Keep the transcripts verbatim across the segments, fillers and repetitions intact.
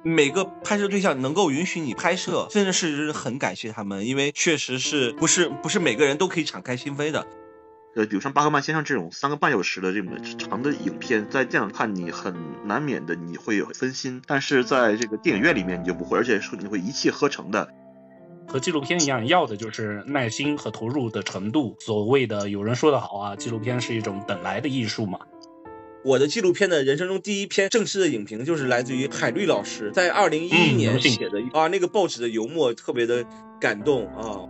每个拍摄对象能够允许你拍摄，真的是很感谢他们，因为确实是不是不是每个人都可以敞开心扉的。 呃，比如像巴赫曼先生这种三个半小时的这么长的影片，在电脑看你很难免的你会有分心，但是在这个电影院里面你就不会，而且你会一气呵成的。 和纪录片一样，要的就是耐心和投入的程度。所谓的有人说的好啊，纪录片是一种等来的艺术嘛。 我的纪录片的人生中第一篇正式的影评就是来自于海绿老师在二零一一年写的、嗯、啊，那个报纸的油墨特别的感动啊。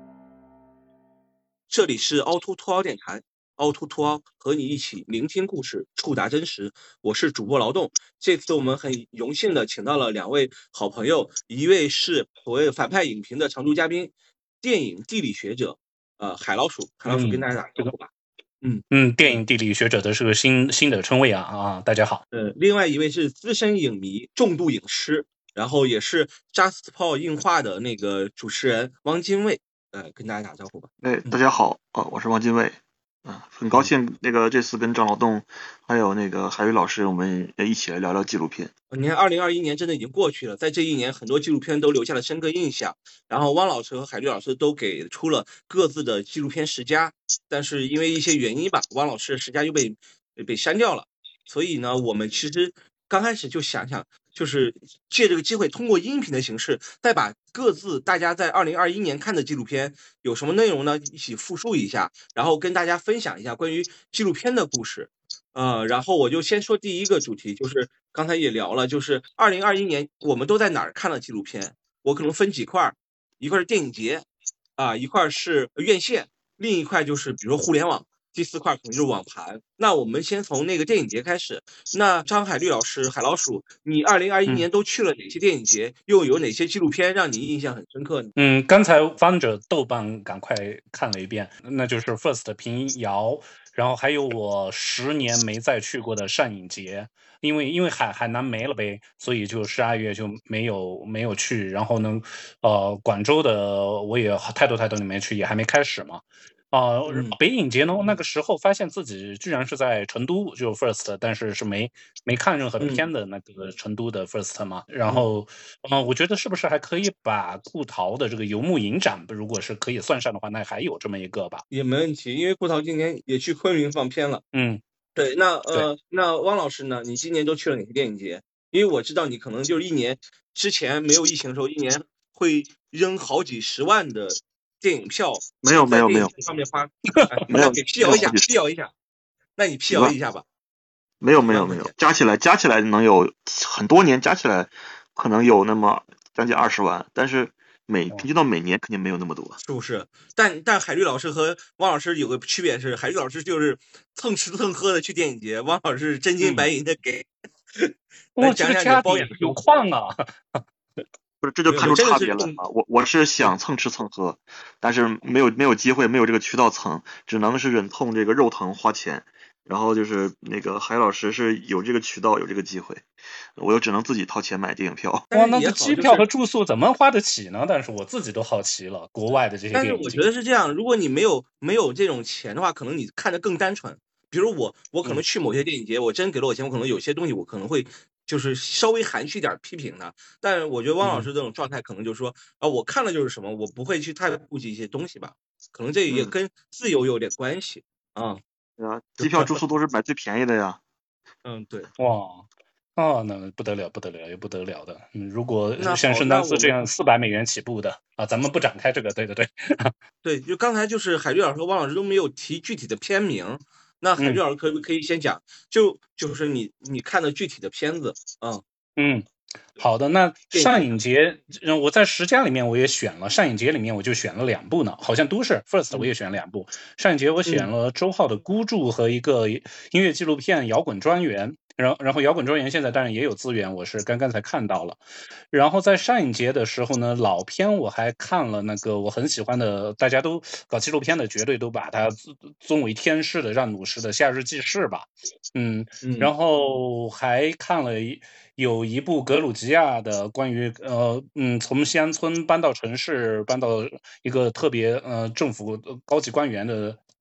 这里是凹凸凸凹电台，凹凸凸凹和你一起聆听故事，触达真实。我是主播劳动。这次我们很荣幸的请到了两位好朋友，一位是所谓反派影评的常驻嘉宾，电影地理学者呃海老鼠，海老鼠跟大家打招呼吧。 嗯嗯，电影地理学者的是个新新的称谓啊啊，大家好。 呃，另外一位是资深影迷、重度影师，然后也是 JustPod 映画的那个主持人汪精卫，呃，跟大家打招呼吧。 哎，大家好啊，我是汪精卫。啊，很高兴那个这次跟张劳动还有那个海宇老师，我们一起来聊聊纪录片。 你看，二零二一年真的已经过去了，在这一年，很多纪录片都留下了深刻印象。然后汪老师和海律老师都给出了各自的纪录片十佳，但是因为一些原因吧，汪老师的十佳又被被删掉了。所以呢，我们其实刚开始就想想，就是借这个机会，通过音频的形式，再把各自大家在二零二一年看的纪录片有什么内容呢，一起复述一下，然后跟大家分享一下关于纪录片的故事。呃，然后我就先说第一个主题，就是刚才也聊了，就是二零二一年我们都在哪儿看了纪录片？我可能分几块，一块是电影节，啊，一块是院线，另一块就是比如说互联网。第四块可能就是网盘。那我们先从那个电影节开始。那张海绿老师，海老鼠，你二零二一年都去了哪些电影节？嗯、又有哪些纪录片让你印象很深刻呢？ 嗯，刚才翻着豆瓣赶快看了一遍，那就是 First 平遥，然后还有我十年没再去过的上影节，因为因为海海南没了呗，所以就十二月就没有没有去。然后呢，呃，广州的我也太多太多年没去，也还没开始嘛。啊、呃嗯，北影节呢，那个时候发现自己居然是在成都，就 First， 但是是没没看任何片的那个成都的 First 嘛。嗯、然后，嗯、呃，我觉得是不是还可以把顾陶的这个游牧影展，如果是可以算上的话，那还有这么一个吧？ 也没问题，因为顾陶今年也去昆明放片了。 嗯， 对，那呃，那汪老师呢？你今年都去了哪些电影节？因为我知道你可能就是一年之前没有疫情的时候，一年会扔好几十万的。电影票没有没有没有上面花没有给辟谣一下，辟谣一下，那你辟谣一下吧。 没有没有没有，加起来加起来能有很多年，加起来可能有那么将近二十万，但是每平均到每年肯定没有那么多， 是不是？但但海绿老师和汪老师有个区别是，海绿老师就是蹭吃蹭喝的去电影节，汪老师是真金白银的给。 我讲讲你包养有矿啊。 不是，这就看出差别了啊！我我是想蹭吃蹭喝，但是没有没有机会，没有这个渠道蹭，只能是忍痛这个肉疼花钱。然后就是那个海老师是有这个渠道，有这个机会，我又只能自己掏钱买电影票。 哇，那个机票和住宿怎么花得起呢？但是我自己都好奇了，国外的这些电影。 但是我觉得是这样，如果你没有没有这种钱的话，可能你看得更单纯。比如我，我可能去某些电影节，嗯、我真给了我钱，我可能有些东西我可能会。就是稍微含蓄点批评的，但是我觉得汪老师这种状态可能就是说、嗯、啊，我看了就是什么，我不会去太顾及一些东西吧，可能这也跟自由有点关系、嗯、啊。 对啊，机票住宿都是买最便宜的呀。 嗯，对。 哇，哦，那不得了，不得了，也不得了的。嗯，如果像圣丹斯这样四百美元起步的啊，咱们不展开这个，对对对。 对，就刚才就是海绿老师和汪老师都没有提具体的片名。那海绿老师可不可以先讲，嗯、就就是你你看的具体的片子啊？ 嗯, 嗯，好的。那上影节，我在十佳里面我也选了，上影节里面我就选了两部呢，好像都是 First， 我也选两部。嗯、上影节我选了周浩的《孤注》和一个音乐纪录片《摇滚庄园》。然后，然后摇滚庄园现在当然也有资源，我是刚刚才看到了。然后在上影节的时候呢，老片我还看了那个我很喜欢的，大家都搞纪录片的，绝对都把它尊为天师的让努什的《夏日记事》吧。嗯，然后还看了有一部格鲁吉亚的关于呃嗯从乡村搬到城市，搬到一个特别呃政府高级官员的。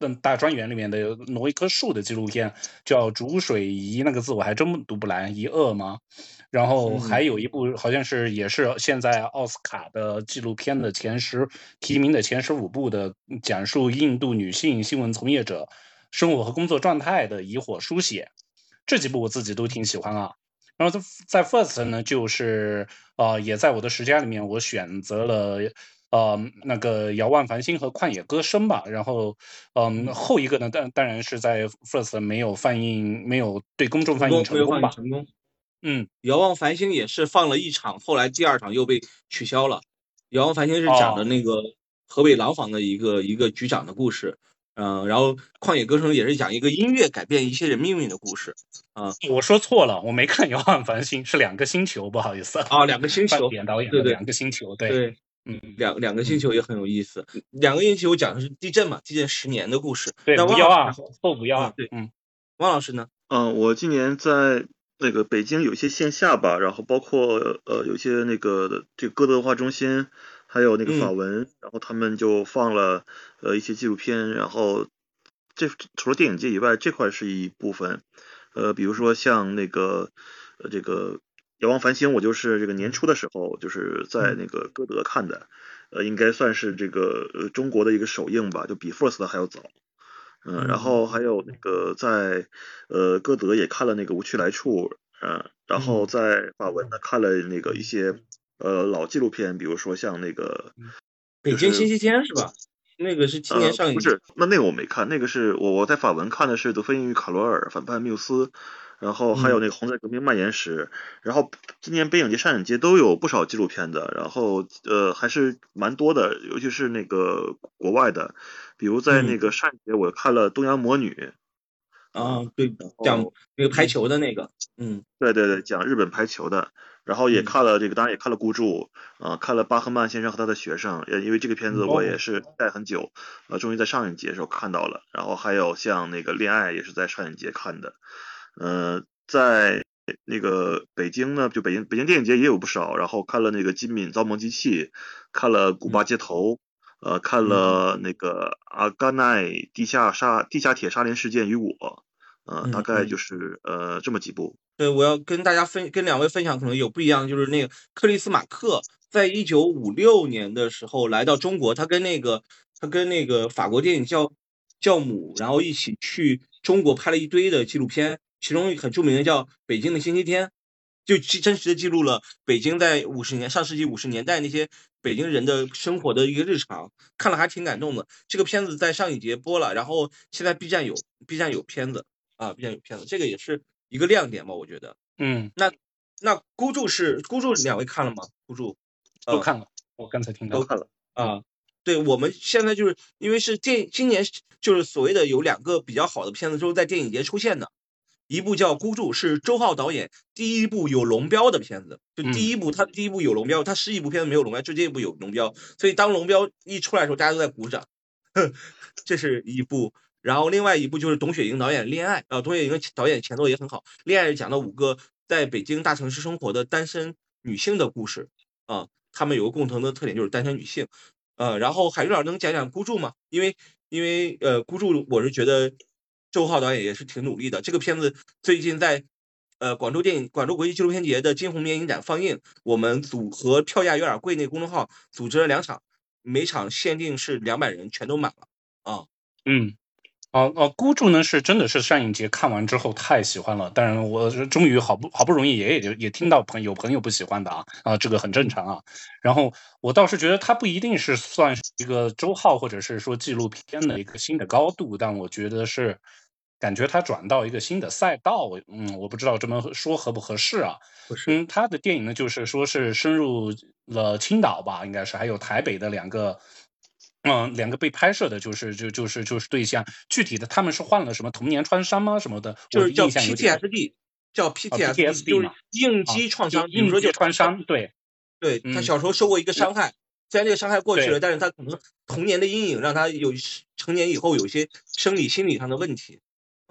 大庄园里面的挪一棵树的纪录片，叫竹水宜，那个字我还真读不来，宜恶吗？然后还有一部好像是也是现在奥斯卡的纪录片的前十提名的前十五部的，讲述印度女性新闻从业者生活和工作状态的以火书写，这几部我自己都挺喜欢啊。然后在 First 呢，就是呃也在我的十佳里面，我选择了呃那个遥望繁星和旷野歌声吧。然后嗯、呃、后一个呢，当当然是在 First 没有放映，没有对公众放映成功吧。 成功。 嗯， 遥望繁星也是放了一场，后来第二场又被取消了。遥望繁星是讲的那个河北廊坊的一个、哦、一个局长的故事，嗯、呃，然后旷野歌声也是讲一个音乐改变一些人命运的故事啊、呃。 我说错了，我没看遥望繁星，是两个星球，不好意思啊，两个星球， 点导演的两个星球， 对对，嗯，两两个星球也很有意思。嗯、两个星球讲的是地震嘛，地震十年的故事。 对， 那五幺二后五幺二， 对，嗯，汪老师呢？ 嗯，我今年在那个北京有一些线下吧，然后包括呃有些那个这个歌德文化中心，还有那个法文，嗯、然后他们就放了呃一些纪录片，然后这除了电影节以外，这块是一部分，呃比如说像那个呃这个遥望繁星，我就是这个年初的时候就是在那个歌德看的，呃应该算是这个呃中国的一个首映吧，就比 First 还要早。嗯，然后还有那个在呃歌德也看了那个无趣来处，嗯，然后在法文呢看了那个一些呃老纪录片，比如说像那个北京星期天是吧？那个是今年上映、 呃、不是，那那个我没看，那个是我我在法文看的是德菲因与卡罗尔反叛缪斯，然后还有那个红色革命蔓延史，然后今年北影节上影节都有不少纪录片的，然后呃还是蛮多的，尤其是那个国外的，比如在那个上影节我看了东洋魔女。 啊、嗯，对，讲那个排球的那个，嗯， 对对对，讲日本排球的，然后也看了这个，当然也看了孤注，啊、呃，看了巴赫曼先生和他的学生，因为这个片子我也是待很久，呃，终于在上影节的时候看到了，然后还有像那个恋爱也是在上影节看的，呃，在那个北京呢，就北京北京电影节也有不少，然后看了那个金敏造梦机器，看了古巴街头。呃，看了那个阿甘奈地下沙地下铁沙林事件与我。呃，大概就是呃这么几部。 对，我要跟大家分跟两位分享可能有不一样，就是那个克里斯马克在一九五六年的时候来到中国，他跟那个他跟那个法国电影教教母，然后一起去中国拍了一堆的纪录片，其中很著名的叫《北京的星期天》，就真实的记录了北京在五十年上世纪五十年代那些北京人的生活的一个日常，看了还挺感动的。这个片子在上影节播了，然后现在 B 站有 B 站有片子。啊 ，B 站有片子，这个也是一个亮点吧，我觉得。 嗯， 那那孤注是孤注，两位看了吗？孤注、 呃、都看了，我刚才听到都看了啊。对，我们现在就是因为是电今年就是所谓的有两个比较好的片子都在电影节出现的，一部叫《孤注》，是周浩导演第一部有龙标的片子，就第一部、嗯、他第一部有龙标，他十一部片子没有龙标，就这一部有龙标，所以当龙标一出来的时候，大家都在鼓掌，这是一部。然后另外一部就是董雪莹导演《恋爱》，啊，董雪莹导演前作也很好，《恋爱》是讲了五个在北京大城市生活的单身女性的故事，啊，她们有个共同的特点就是单身女性，呃，然后海瑞老师能讲讲孤注吗？因为因为呃孤注我是觉得周浩导演也是挺努力的，这个片子最近在呃广州电影广州国际纪录片节的金红面影展放映，我们组合票价有点贵那个公众号组织了两场，每场限定是两百人，全都满了啊， 嗯。哦哦，孤注呢是真的是上影节看完之后太喜欢了，当然我终于好不好不容易也也也听到朋友有朋友不喜欢的啊啊，这个很正常啊。然后我倒是觉得它不一定是算是一个周浩或者是说纪录片的一个新的高度，但我觉得是感觉它转到一个新的赛道，嗯，我不知道这么说合不合适啊。 不是， 嗯，他的电影呢就是说是深入了青岛吧，应该是还有台北的两个。嗯，两个被拍摄的就是就就是就是对象，具体的他们是患了什么童年创伤吗？什么的， 就是叫 P T S D， 叫 P T S D， 就是应激创伤，比如说就创伤，对， 对他小时候受过一个伤害，虽然这个伤害过去了，但是他可能童年的阴影让他有成年以后有些生理心理上的问题。嗯，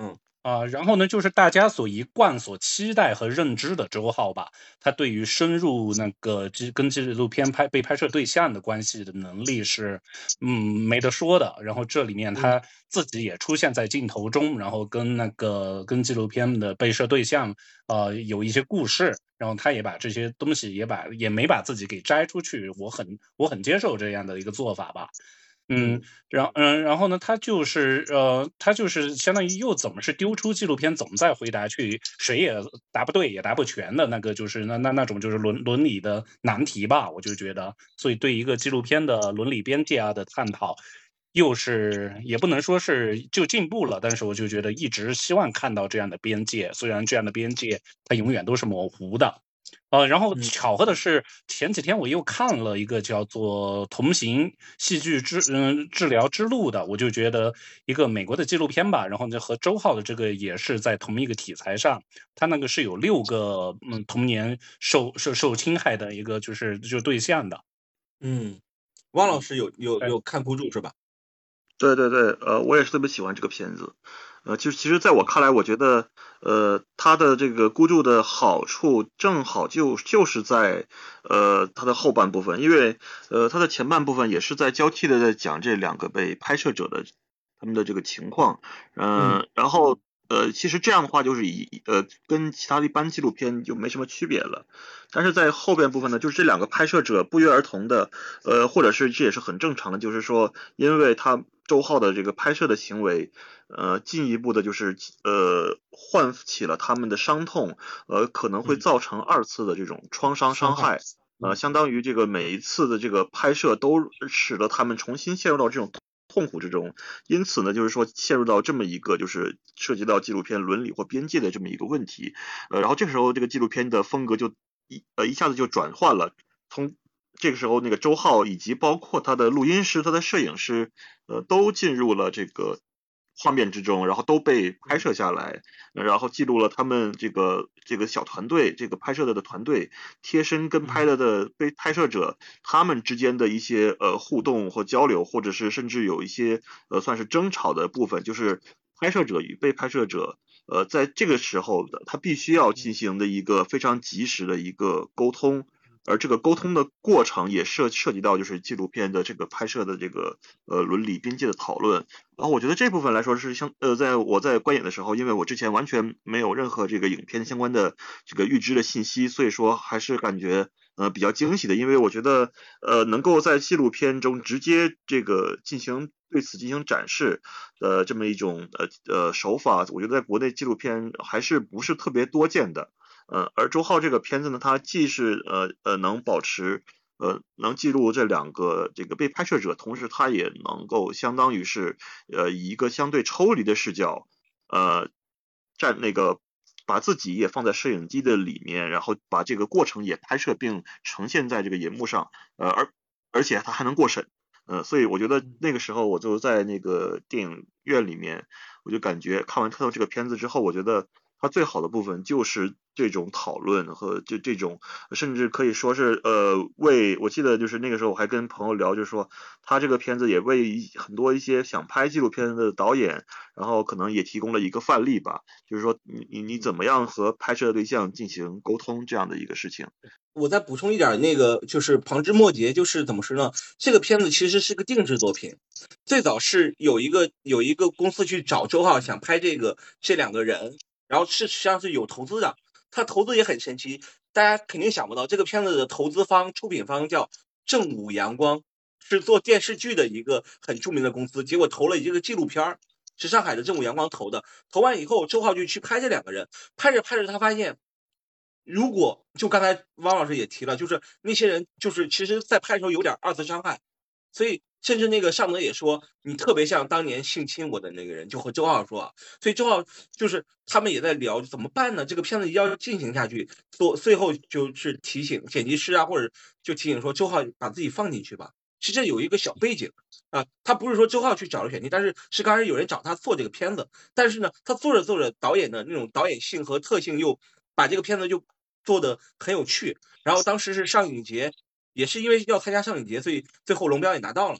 啊、呃，然后呢，就是大家所一贯所期待和认知的周浩吧，他对于深入那个跟纪录片拍被拍摄对象的关系的能力是，嗯，没得说的。然后这里面他自己也出现在镜头中，然后跟那个跟纪录片的被摄对象，呃，有一些故事。然后他也把这些东西也把也没把自己给摘出去，我很我很接受这样的一个做法吧。嗯，然嗯，然后呢，他就是呃，他就是相当于又怎么是丢出纪录片，总在回答去，谁也答不对，也答不全的那个，就是那那那种就是伦伦理的难题吧，我就觉得，所以对一个纪录片的伦理边界啊的探讨，又是也不能说是就进步了，但是我就觉得一直希望看到这样的边界，虽然这样的边界它永远都是模糊的。呃，然后巧合的是，前几天我又看了一个叫做《同行戏剧治嗯治疗之路》的，我就觉得一个美国的纪录片吧，然后呢和周浩的这个也是在同一个题材上，他那个是有六个嗯童年受受受侵害的一个就是就对象的。 嗯，汪老师有有有看孤注是吧？ 对对对，呃，我也是特别喜欢这个片子。呃，就其实在我看来，我觉得，呃，它的这个孤注的好处正好就就是在，呃，它的后半部分，因为，呃，它的前半部分也是在交替的在讲这两个被拍摄者的他们的这个情况，呃、嗯，然后，呃，其实这样的话就是以，呃，跟其他的一般纪录片就没什么区别了。但是在后边部分呢，就是这两个拍摄者不约而同的，呃，或者是这也是很正常的，就是说，因为他周浩的这个拍摄的行为。呃，进一步的就是呃唤起了他们的伤痛，呃，可能会造成二次的这种创伤伤害，呃，相当于这个每一次的这个拍摄都使得他们重新陷入到这种痛苦之中，因此呢，就是说陷入到这么一个就是涉及到纪录片伦理或边界的这么一个问题，呃，然后这个时候这个纪录片的风格就一呃一下子就转换了，从这个时候那个周浩以及包括他的录音师、他的摄影师，呃，都进入了这个画面之中，然后都被拍摄下来，然后记录了他们这个这个小团队，这个拍摄的的团队贴身跟拍的的被拍摄者他们之间的一些呃互动或交流，或者是甚至有一些呃算是争吵的部分，就是拍摄者与被拍摄者呃在这个时候的他必须要进行的一个非常及时的一个沟通。而这个沟通的过程也涉涉及到就是纪录片的这个拍摄的这个呃伦理边界的讨论，然后我觉得这部分来说是相呃在我在观影的时候，因为我之前完全没有任何这个影片相关的这个预知的信息，所以说还是感觉呃比较惊喜的，因为我觉得呃能够在纪录片中直接这个进行对此进行展示的这么一种呃呃手法，我觉得在国内纪录片还是不是特别多见的。呃，而周浩这个片子呢，它既是呃呃能保持呃能记录这两个这个被拍摄者，同时它也能够相当于是呃以一个相对抽离的视角，呃站那个把自己也放在摄影机的里面，然后把这个过程也拍摄并呈现在这个荧幕上，呃而而且它还能过审。呃，所以我觉得那个时候我就在那个电影院里面，我就感觉看完看到这个片子之后，我觉得它最好的部分就是这种讨论和这这种，甚至可以说是呃为我记得就是那个时候我还跟朋友聊，就是说他这个片子也为很多一些想拍纪录片的导演，然后可能也提供了一个范例吧，就是说你你你怎么样和拍摄对象进行沟通这样的一个事情。 我再补充一点，那个就是旁枝末节，就是怎么说呢？这个片子其实是个定制作品，最早是有一个有一个公司去找周浩想拍这个这两个人，然后是实际上是有投资的，他投资也很神奇，大家肯定想不到，这个片子的投资方、出品方叫正午阳光，是做电视剧的一个很著名的公司，结果投了一个纪录片，是上海的正午阳光投的，投完以后，周浩就去拍这两个人，拍着拍着他发现。如果就刚才汪老师也提了，就是那些人就是其实在拍的时候有点二次伤害，所以甚至那个尚德也说你特别像当年性侵我的那个人，就和周浩说啊，所以周浩就是他们也在聊怎么办呢？这个片子要进行下去，最最后就是提醒剪辑师啊，或者就提醒说周浩把自己放进去吧。其实有一个小背景啊，他不是说周浩去找了选题，但是是刚才有人找他做这个片子，但是呢，他做着做着导演的那种导演性和特性又把这个片子就做的很有趣。然后当时是上影节，也是因为要参加上影节，所以最后龙标也拿到了。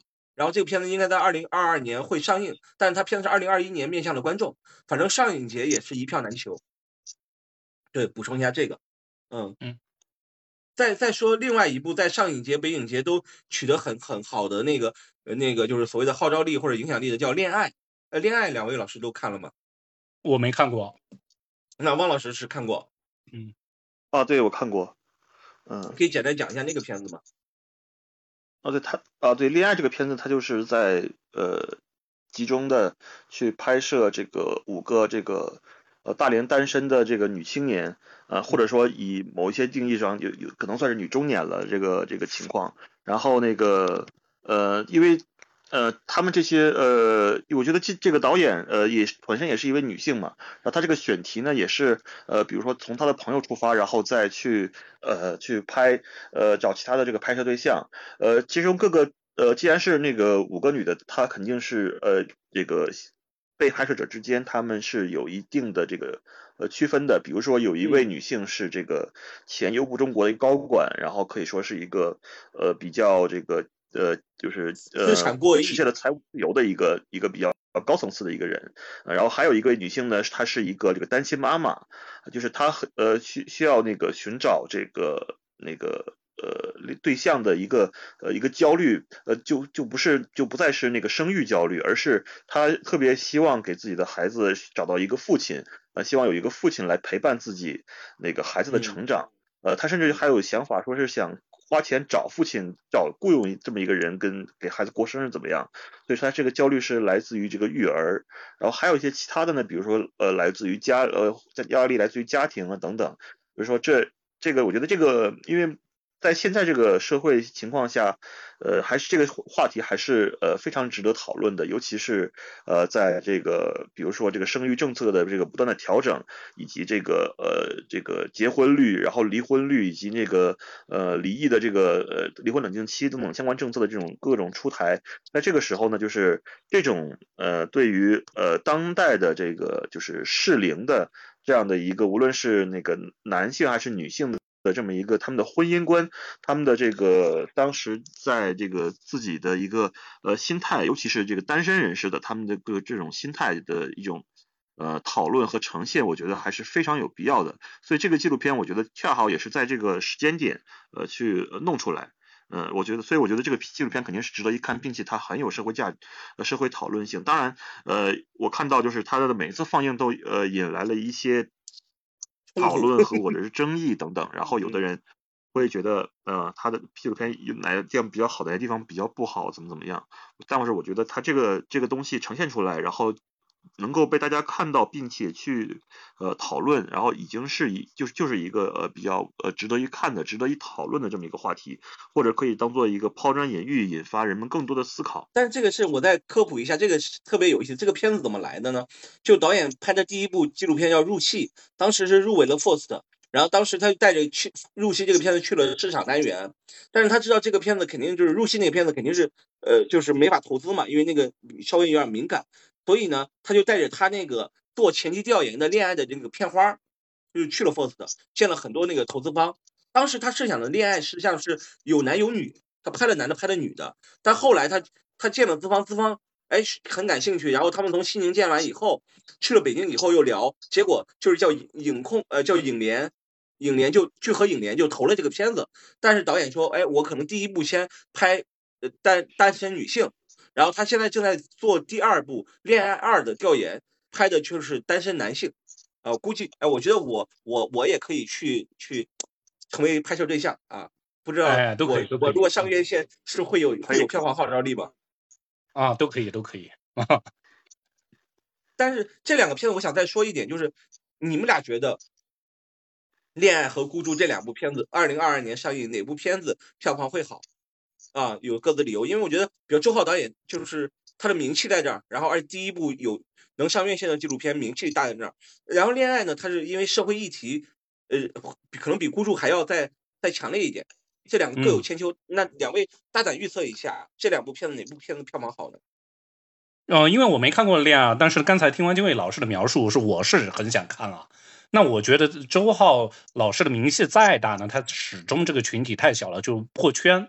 然后这个片子应该在二零二二年会上映，但是它片子是二零二一年面向的观众，反正上影节也是一票难求。对，补充一下这个，嗯嗯。 再再说另外一部在上影节、北影节都取得很很好的那个呃那个就是所谓的号召力或者影响力的，叫《恋爱》。呃，《恋爱》两位老师都看了吗？ 我没看过。 那汪老师是看过。 嗯。 啊，对，我看过。嗯， 可以简单讲一下那个片子吗？ 啊，对，他啊，对，《恋爱》这个片子，它就是在呃集中的去拍摄这个五个这个呃大连单身的这个女青年，呃或者说以某一些定义上有有可能算是女中年了这个这个情况。然后那个呃因为呃他们这些呃我觉得这这个导演呃也本身也是一位女性嘛，然后他这个选题呢也是呃比如说从他的朋友出发，然后再去呃去拍呃找其他的这个拍摄对象，呃其中各个呃既然是那个五个女的，她肯定是呃这个被拍摄者之间他们是有一定的这个呃区分的。比如说有一位女性是这个前优步中国的一个高管，然后可以说是一个呃比较这个呃就是呃资产过亿， 实现了财务自由的一个一个比较高层次的一个人。呃然后还有一个女性呢，她是一个这个单亲妈妈，就是她很呃需需要那个寻找这个那个呃对象的一个呃一个焦虑，呃就就不是就不再是那个生育焦虑，而是她特别希望给自己的孩子找到一个父亲，呃希望有一个父亲来陪伴自己那个孩子的成长。呃她甚至还有想法说是想花钱找父亲，找雇佣这么一个人跟给孩子过生日怎么样。所以说他这个焦虑是来自于这个育儿，然后还有一些其他的呢，比如说呃来自于家呃压力来自于家庭啊等等。比如说这这个我觉得这个因为在现在这个社会情况下，呃，还是这个话题还是呃非常值得讨论的，尤其是呃在这个比如说这个生育政策的这个不断的调整，以及这个呃这个结婚率，然后离婚率，以及那个呃离异的这个呃离婚冷静期等等相关政策的这种各种出台。在这个时候呢，就是这种呃对于呃当代的这个就是适龄的这样的一个，无论是那个男性还是女性的。的这么一个他们的婚姻观，他们的这个当时在这个自己的一个呃心态，尤其是这个单身人士的他们的个这种心态的一种呃讨论和呈现，我觉得还是非常有必要的。所以这个纪录片，我觉得恰好也是在这个时间点呃去弄出来。呃，我觉得，所以我觉得这个纪录片肯定是值得一看，并且它很有社会价、呃社会讨论性。当然，呃，我看到就是它的每一次放映都呃引来了一些讨论和或者是争议等等，然后有的人会觉得呃他的纪录片有哪个地方比较好，哪些地方比较不好，怎么怎么样。但是我觉得他这个这个东西呈现出来，然后能够被大家看到，并且去呃讨论，然后已经是一就是就是一个呃比较呃值得一看的、值得一讨论的这么一个话题，或者可以当做一个抛砖引玉，引发人们更多的思考。 但是这个是我再科普一下，这个是特别有意思。这个片子怎么来的呢？就导演拍的第一部纪录片叫《入戏》，当时是入围了 F I R S T，然后当时他就带着去《入戏》这个片子去了市场单元，但是他知道这个片子肯定就是《入戏》那个片子肯定是呃就是没法投资嘛，因为那个稍微有点敏感，所以呢他就带着他那个做前期调研的恋爱的这个片花，就去了 F I R S T，见了很多那个投资方。当时他设想的恋爱实际上是有男有女，他拍了男的拍了女的，但后来他他见了资方，资方哎很感兴趣，然后他们从西宁见完以后，去了北京以后又聊，结果就是叫影控呃叫影联，影联就聚合影联就投了这个片子，但是导演说，哎，我可能第一部先拍呃单单身女性，然后他现在正在做第二部《恋爱二》的调研，拍的就是单身男性，呃，估计哎，我觉得我我我也可以去去成为拍摄对象啊。不知道哎，都可以， 我我都可以。 如果上院线是会有会有票房号召力吧？ 啊，都可以，都可以。 但是这两个片子，我想再说一点，就是你们俩觉得《恋爱》和《孤注》这两部片子，二零二二年上映，哪部片子票房会好？啊，有各自理由。因为我觉得，比如周浩导演，就是他的名气在这儿，然后而第一部有能上院线的纪录片，名气大在这儿。然后《恋爱》呢，它是因为社会议题，呃，可能比《孤注》还要再再强烈一点。这两个各有千秋，嗯、那两位大胆预测一下，这两部片子哪部片子票房好呢？ 呃，因为我没看过《恋爱》，但是刚才听完这位老师的描述，是我是很想看啊。那我觉得周浩老师的名气再大呢，他始终这个群体太小了，就破圈。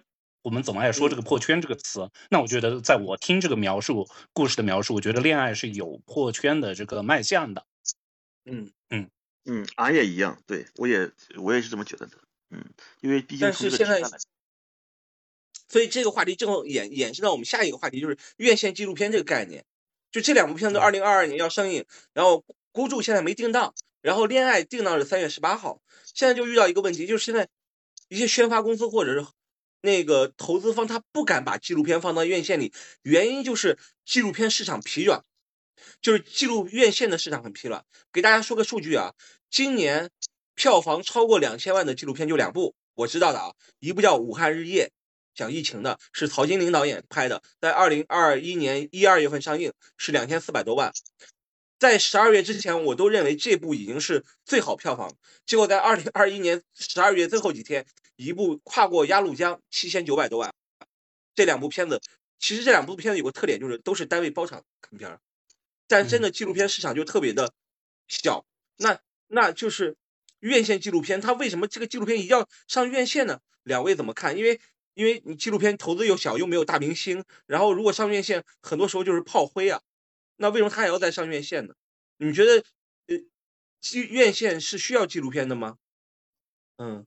我们总爱说这个破圈这个词，那我觉得在我听这个描述故事的描述，我觉得恋爱是有破圈的这个卖相的。 嗯嗯嗯，俺也一样，对我也我也是这么觉得的。嗯，因为毕竟但是现在，所以这个话题正好衍衍生到我们下一个话题，就是院线纪录片这个概念。就这两部片子二零二二年要上映，然后孤注现在没定档，然后恋爱定档是三月十八号，现在就遇到一个问题，就是现在一些宣发公司或者是那个投资方他不敢把纪录片放到院线里，原因就是纪录片市场疲软，就是纪录院线的市场很疲软。给大家说个数据啊，今年票房超过两千万的纪录片就两部，我知道的啊，一部叫《武汉日夜》，讲疫情的，是曹金玲导演拍的，在二零二一年一二月份上映，是两千四百多万。在十二月之前，我都认为这部已经是最好票房，结果在二零二一年十二月最后几天，一部跨过鸭绿江七千九百多万。这两部片子，其实这两部片子有个特点，就是都是单位包场看片，但真的纪录片市场就特别的小。那那就是院线纪录片，它为什么这个纪录片一定要上院线呢？两位怎么看？因为因为你纪录片投资又小，又没有大明星，然后如果上院线，很多时候就是炮灰啊。那为什么它还要再上院线呢？你们觉得，呃，院线是需要纪录片的吗？嗯，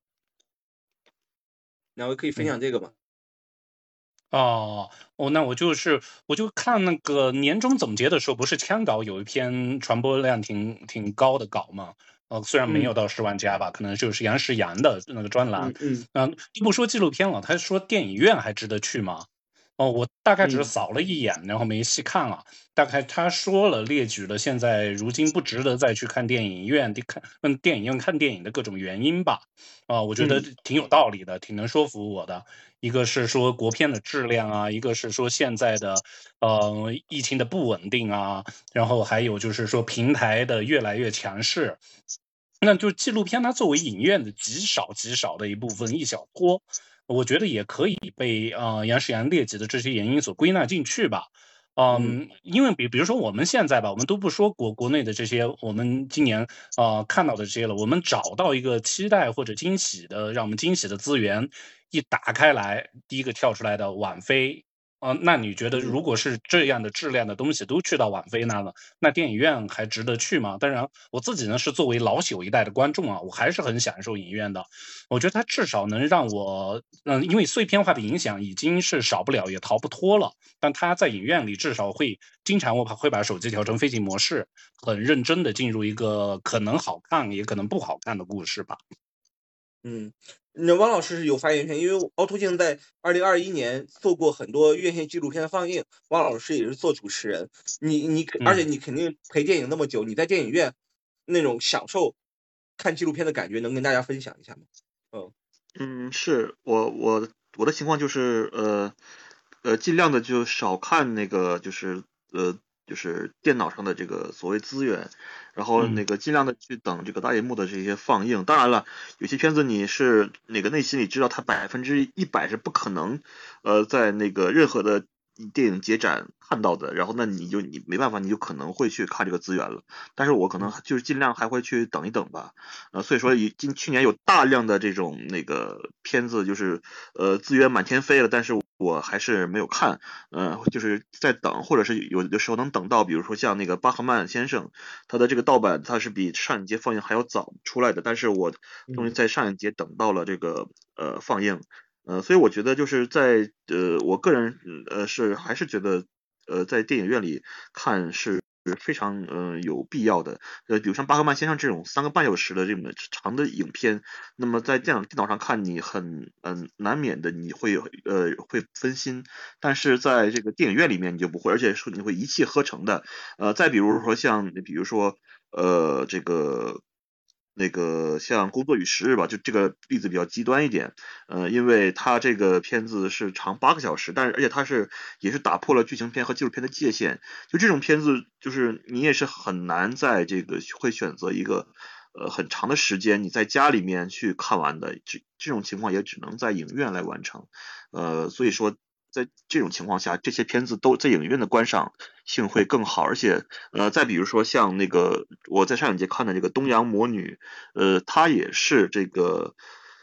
两位可以分享这个吗？ 哦，哦，那我就是我就看那个年终总结的时候，不是枪稿有一篇传播量挺挺高的稿嘛？呃，虽然没有到十万加吧，可能就是杨时阳的那个专栏。 嗯嗯，不说纪录片了，他说电影院还值得去吗？哦，我大概只是嗯扫了一眼，然后没细看啊。大概他说了，列举了现在如今不值得再去看电影院的看嗯电影院看电影的各种原因吧。啊、我觉得嗯挺有道理的，挺能说服我的。一个是说国片的质量啊，一个是说现在的呃疫情的不稳定啊，然后还有就是说平台的越来越强势。那就纪录片它作为影院的极少极少的一部分一小撮，我觉得也可以被呃杨世阳列举的这些原因所归纳进去吧。嗯，因为比比如说我们现在吧，我们都不说国国内的这些，我们今年啊、呃、看到的这些了，我们找到一个期待或者惊喜的，让我们惊喜的资源，一打开来，第一个跳出来的网飞。啊、呃，那你觉得如果是这样的质量的东西都去到网飞那了，那电影院还值得去吗？当然，我自己呢是作为老朽一代的观众啊，我还是很享受影院的。我觉得它至少能让我，嗯、呃，因为碎片化的影响已经是少不了也逃不脱了，但它在影院里至少会经常我会把手机调成飞行模式，很认真的进入一个可能好看也可能不好看的故事吧。 嗯，那汪老师是有发言权，因为凹凸镜在二零二一年做过很多院线纪录片的放映，汪老师也是做主持人。你你而且你肯定陪电影那么久，你在电影院那种享受看纪录片的感觉，能跟大家分享一下吗？嗯嗯，是我我我的情况就是呃呃尽量的就少看那个就是呃就是电脑上的这个所谓资源，然后那个尽量的去等这个大荧幕的这些放映。当然了，有些片子你是那个内心里知道它百分之一百是不可能呃在那个任何的电影节展看到的，然后那你就你没办法，你就可能会去看这个资源了。但是我可能就是尽量还会去等一等吧。呃，所以说以今去年有大量的这种那个片子，就是呃资源满天飞了，但是我还是没有看，呃，就是在等，或者是有的时候能等到，比如说像那个巴赫曼先生，他的这个盗版它是比上影节放映还要早出来的，但是我终于在上影节等到了这个呃放映。呃，所以我觉得就是在呃，我个人呃是还是觉得呃在电影院里看是非常呃有必要的。呃，比如像巴赫曼先生这种三个半小时的这么长的影片，那么在电脑电脑上看你很嗯、呃、难免的你会呃会分心，但是在这个电影院里面你就不会，而且是你会一气呵成的。呃，再比如说像比如说呃这个。那个像工作与时日吧，就这个例子比较极端一点，呃，因为它这个片子是长八个小时，但是而且它是也是打破了剧情片和纪录片的界限，就这种片子，就是你也是很难在这个会选择一个呃很长的时间你在家里面去看完的，这这种情况也只能在影院来完成，呃，所以说。在这种情况下，这些片子都在影院的观赏性会更好，而且呃，再比如说像那个我在上影节看的这个《东洋魔女》，呃，它也是这个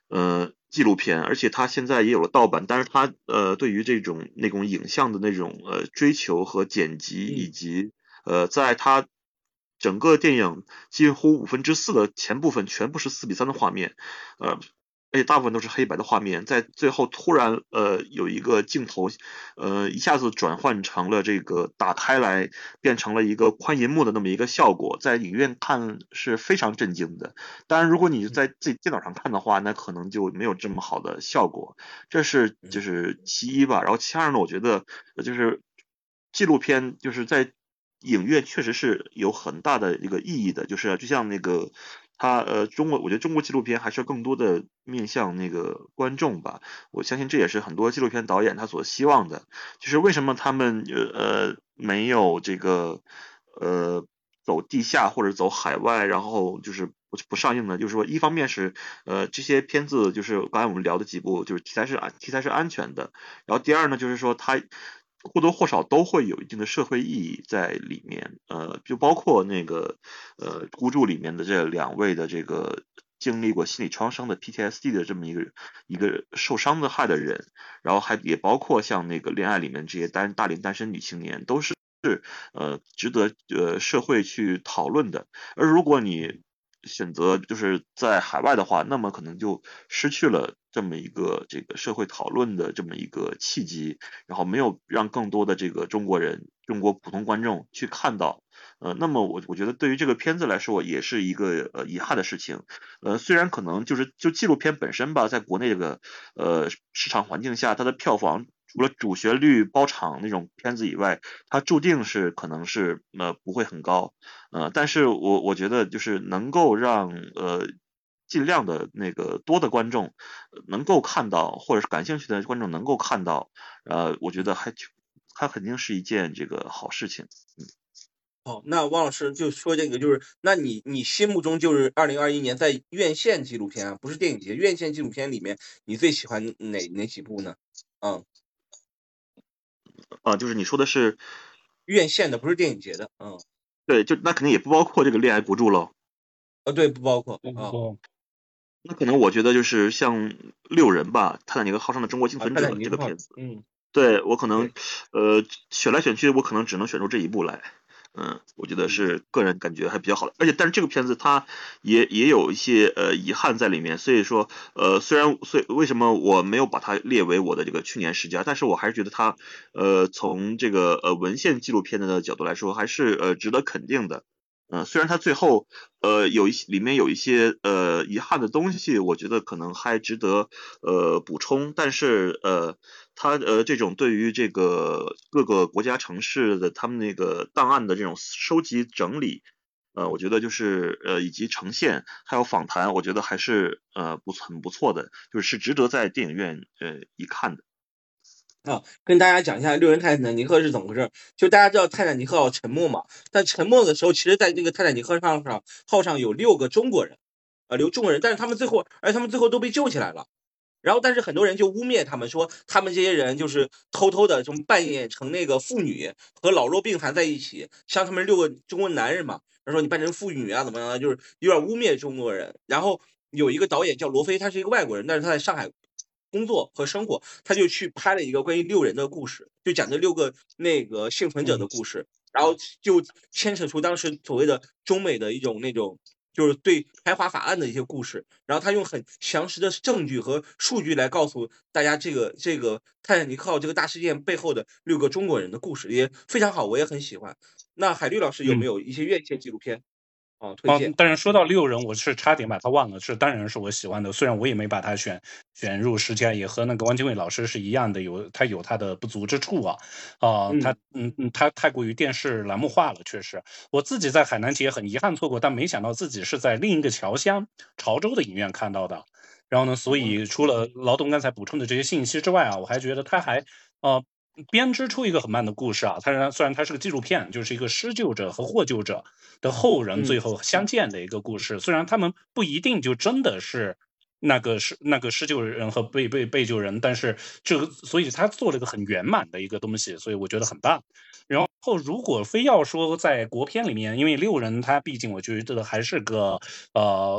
呃纪录片，而且它现在也有了盗版，但是它呃对于这种那种影像的那种呃追求和剪辑，以及呃在它整个电影几乎五分之四的前部分全部是四比三的画面，呃。而且大部分都是黑白的画面，在最后突然呃有一个镜头，呃一下子转换成了这个打开来，变成了一个宽银幕的那么一个效果，在影院看是非常震惊的。当然，如果你在自己电脑上看的话，那可能就没有这么好的效果。这是就是其一吧。然后其二呢，我觉得就是纪录片就是在影院确实是有很大的一个意义的，就是就像那个。他呃，中国我觉得中国纪录片还是更多的面向那个观众吧，我相信这也是很多纪录片导演他所希望的。就是为什么他们呃没有这个呃走地下或者走海外，然后就是不不上映呢？就是说，一方面是呃这些片子就是刚才我们聊的几部，就是题材是安题材是安全的，然后第二呢，就是说它。或多或少都会有一定的社会意义在里面，呃，就包括那个呃孤注里面的这两位的这个经历过心理创伤的 P T S D 的这么一个一个受伤的害的人，然后还也包括像那个恋爱里面这些单大龄单身女青年，都是呃值得呃社会去讨论的。而如果你选择就是在海外的话，那么可能就失去了这么一个这个社会讨论的这么一个契机，然后没有让更多的这个中国人、中国普通观众去看到。呃，那么我我觉得对于这个片子来说，也是一个呃遗憾的事情。呃，虽然可能就是就纪录片本身吧，在国内这个呃市场环境下，它的票房除了主旋律包场那种片子以外，它注定是可能是呃不会很高。呃，但是我我觉得就是能够让呃尽量的那个多的观众能够看到，或者是感兴趣的观众能够看到，呃，我觉得还它肯定是一件这个好事情。嗯。 好，那汪老师就说这个，就是那你你心目中就是二零二一年在院线纪录片啊，不是电影节，院线纪录片里面你最喜欢哪哪几部呢？嗯， 啊，就是你说的是院线的，不是电影节的。嗯， 对，就那肯定也不包括这个恋爱国注喽。 呃，对，不包括啊。 那可能我觉得就是像六人吧，《泰坦尼克号上的中国幸啊， 存者》 泰坦尼克号， 这个片子， 嗯， 对我可能对， 呃选来选去，我可能只能选出这一部来。嗯，我觉得嗯是个人感觉还比较好的，而且但是这个片子它也也有一些呃遗憾在里面，所以说呃虽然所以为什么我没有把它列为我的这个去年十佳，但是我还是觉得它呃从这个呃文献纪录片的角度来说还是呃值得肯定的。嗯、呃，虽然它最后呃有一些里面有一些呃遗憾的东西，我觉得可能还值得呃补充，但是呃它呃这种对于这个各个国家城市的他们那个档案的这种收集整理，呃我觉得就是呃以及呈现还有访谈，我觉得还是呃不很不错的，就是是值得在电影院呃一看的。 啊，跟大家讲一下六人泰坦尼克是怎么回事。就大家知道泰坦尼克号沉没嘛，但沉没的时候，其实在这个泰坦尼克号上号上有六个中国人，呃，留中国人，但是他们最后，而他们最后都被救起来了。然后，但是很多人就污蔑他们，说他们这些人就是偷偷的什么扮演成那个妇女和老弱病残在一起，像他们六个中国男人嘛，他说你扮成妇女啊，怎么样，就是有点污蔑中国人。然后有一个导演叫罗非，他是一个外国人，但是他在上海工作和生活，他就去拍了一个关于六人的故事，就讲这六个那个幸存者的故事，然后就牵扯出当时所谓的中美的一种那种。就是对排华法案的一些故事，然后他用很详实的证据和数据来告诉大家这个这个泰坦尼克号这个大事件背后的六个中国人的故事，也非常好，我也很喜欢。那海绿老师有没有一些院线纪录片啊推荐？ 嗯，但是说到六人，我是差点把他忘了，是当然是我喜欢的，虽然我也没把他选选入十佳，也和那个汪精卫老师是一样的，有他有他的不足之处啊，啊、呃，他嗯嗯，他太过于电视栏目化了，确实，我自己在海南节很遗憾错过，但没想到自己是在另一个侨乡潮州的影院看到的，然后呢，所以除了劳动刚才补充的这些信息之外啊，我还觉得他还呃。编织出一个很慢的故事啊，它虽然它是个纪录片，就是一个施救者和获救者的后人最后相见的一个故事。虽然他们不一定就真的是那个是那个施救人和被被被救人，但是这个所以他做了一个很圆满的一个东西，所以我觉得很棒。然后如果非要说在国片里面，因为六人他毕竟我觉得还是个呃嗯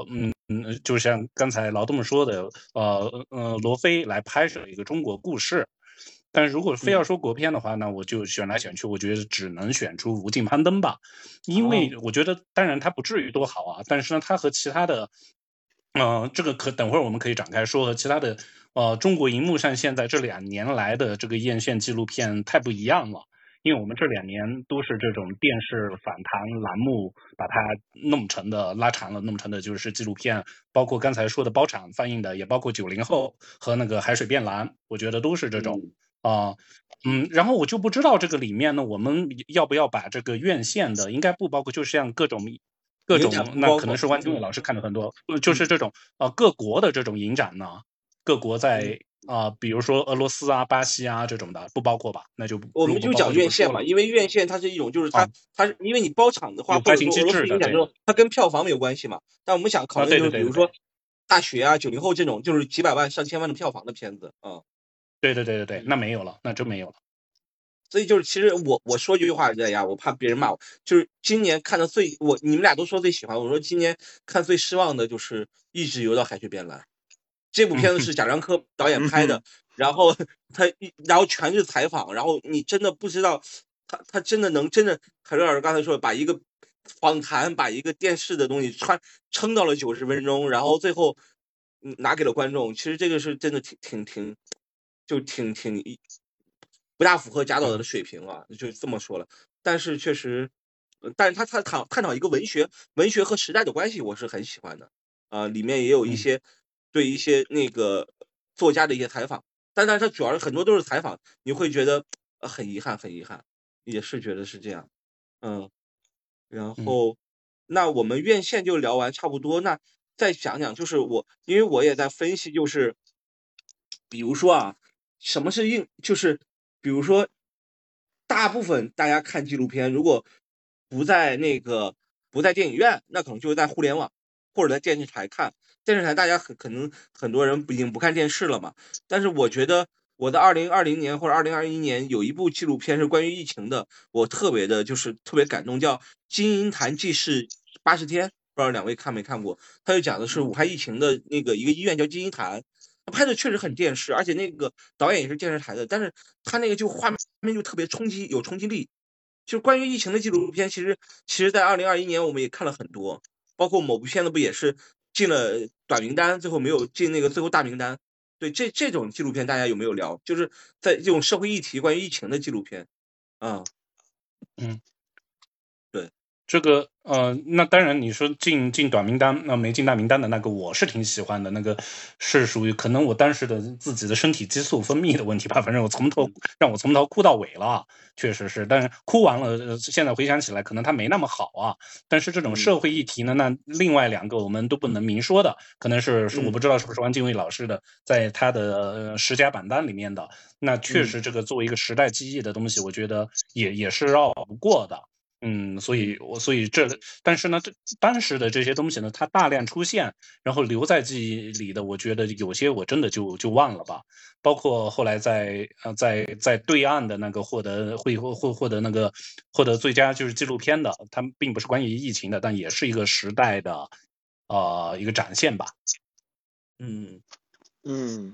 嗯，就像刚才劳动说的，呃呃，罗非来拍摄一个中国故事。但是如果非要说国片的话，那我就选来选去，我觉得只能选出《无尽攀登》吧，因为我觉得，当然它不至于多好啊，但是呢，它和其他的，呃，这个可等会儿我们可以展开说，和其他的呃中国荧幕上现在这两年来的这个院线纪录片太不一样了。因为我们这两年都是这种电视访谈栏目把它弄成的拉长了，弄成的就是纪录片，包括刚才说的包场放映的，也包括九零后和那个海水变蓝，我觉得都是这种啊。呃嗯，然后我就不知道这个里面呢，我们要不要把这个院线的，应该不包括，就像各种各种，那可能是汪精卫老师看的很多，就是这种呃各国的这种影展呢，各国在啊、呃，比如说俄罗斯啊、巴西啊这种的，不包括吧？那就我们就讲院线嘛，因为院线它是一种，就是它、啊、它是因为你包场的话，或者说俄罗斯影展这种，它跟票房没有关系嘛。但我们想考虑就是，比如说大学啊、九零后这种，就是几百万、上千万的票房的片子啊。 对对对对对，那没有了，那真没有了。 所以就是，其实我我说句话呀，我怕别人骂我。就是今年看的最我你们俩都说最喜欢，我说今年看最失望的就是《一直游到海水变蓝》。这部片子是贾樟柯导演拍的，然后他然后全是采访，然后你真的不知道他他真的能真的，海瑞老师刚才说把一个访谈把一个电视的东西穿撑到了九十分钟，然后最后拿给了观众。其实这个是真的挺挺挺就挺挺不大符合贾导的水平啊，就这么说了。但是确实，但是他他探探讨一个文学文学和时代的关系，我是很喜欢的啊、呃，里面也有一些。对一些那个作家的一些采访，但但是他主要是很多都是采访，你会觉得、呃、很遗憾，很遗憾，也是觉得是这样，嗯，然后、嗯、那我们院线就聊完差不多，那再讲讲，就是我因为我也在分析，就是比如说啊，什么是硬，就是比如说大部分大家看纪录片，如果不在那个不在电影院，那可能就是在互联网或者在电视台看。电视台大家很可能很多人已经不看电视了嘛，但是我觉得我在二零二零年或者二零二一年有一部纪录片是关于疫情的，我特别的就是特别感动，叫《金银潭纪事八十天》，不知道两位看没看过？他就讲的是武汉疫情的那个一个医院叫金银潭，拍的确实很电视，而且那个导演也是电视台的，但是他那个就画面就特别冲击，有冲击力。就是关于疫情的纪录片，其实其实在二零二一年我们也看了很多，包括某部片子不也是进了短名单，最后没有进那个最后大名单。对，这这种纪录片大家有没有聊？就是在这种社会议题关于疫情的纪录片，啊， 嗯， 对， 这个呃，那当然你说进进短名单，那、呃、没进大名单的那个，我是挺喜欢的。那个是属于可能我当时的自己的身体激素分泌的问题吧，反正我从头让我从头哭到尾了，确实是。但是哭完了，呃、现在回想起来，可能它没那么好啊。但是这种社会议题呢，那另外两个我们都不能明说的，可能是是我不知道是不是汪精卫老师的，在他的呃十佳榜单里面的，那确实这个作为一个时代记忆的东西，我觉得也也是绕不过的。嗯，所以我所以这，但是呢，这当时的这些东西呢，它大量出现，然后留在记忆里的，我觉得有些我真的就就忘了吧。包括后来在呃在在对岸的那个获得会获获获得那个获得最佳就是纪录片的，它并不是关于疫情的，但也是一个时代的呃一个展现吧。 嗯嗯，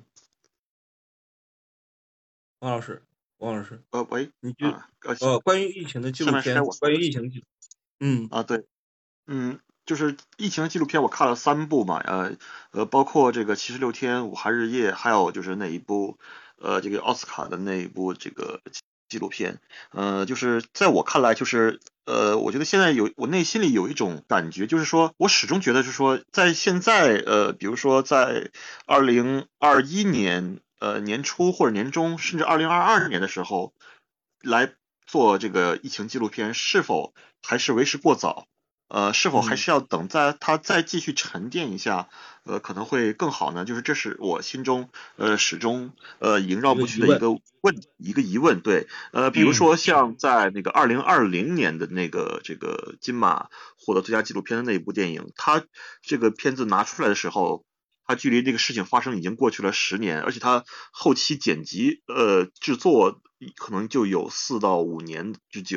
王老师。王老师， 呃，喂， 你就啊， 呃，关于疫情的纪录片，关于疫情，嗯啊，对，嗯，就是疫情的纪录片，我看了三部嘛，呃呃，包括这个七十六天武汉日夜，还有就是那一部，呃，这个奥斯卡的那一部这个纪录片，呃，就是在我看来，就是呃，我觉得现在有我内心里有一种感觉，就是说我始终觉得是说，在现在，呃，比如说在二零二一年。呃，年初或者年中，甚至二零二二年的时候，来做这个疫情纪录片，是否还是为时过早？呃，是否还是要等在它再继续沉淀一下，呃，可能会更好呢？就是这是我心中呃始终呃萦绕不去的一个问一个疑问。对，呃，比如说像在那个二零二零年的那个这个金马获得最佳纪录片的那一部电影，它这个片子拿出来的时候。它距离这个事情发生已经过去了十年，而且它后期剪辑、呃制作可能就有四到五年之久。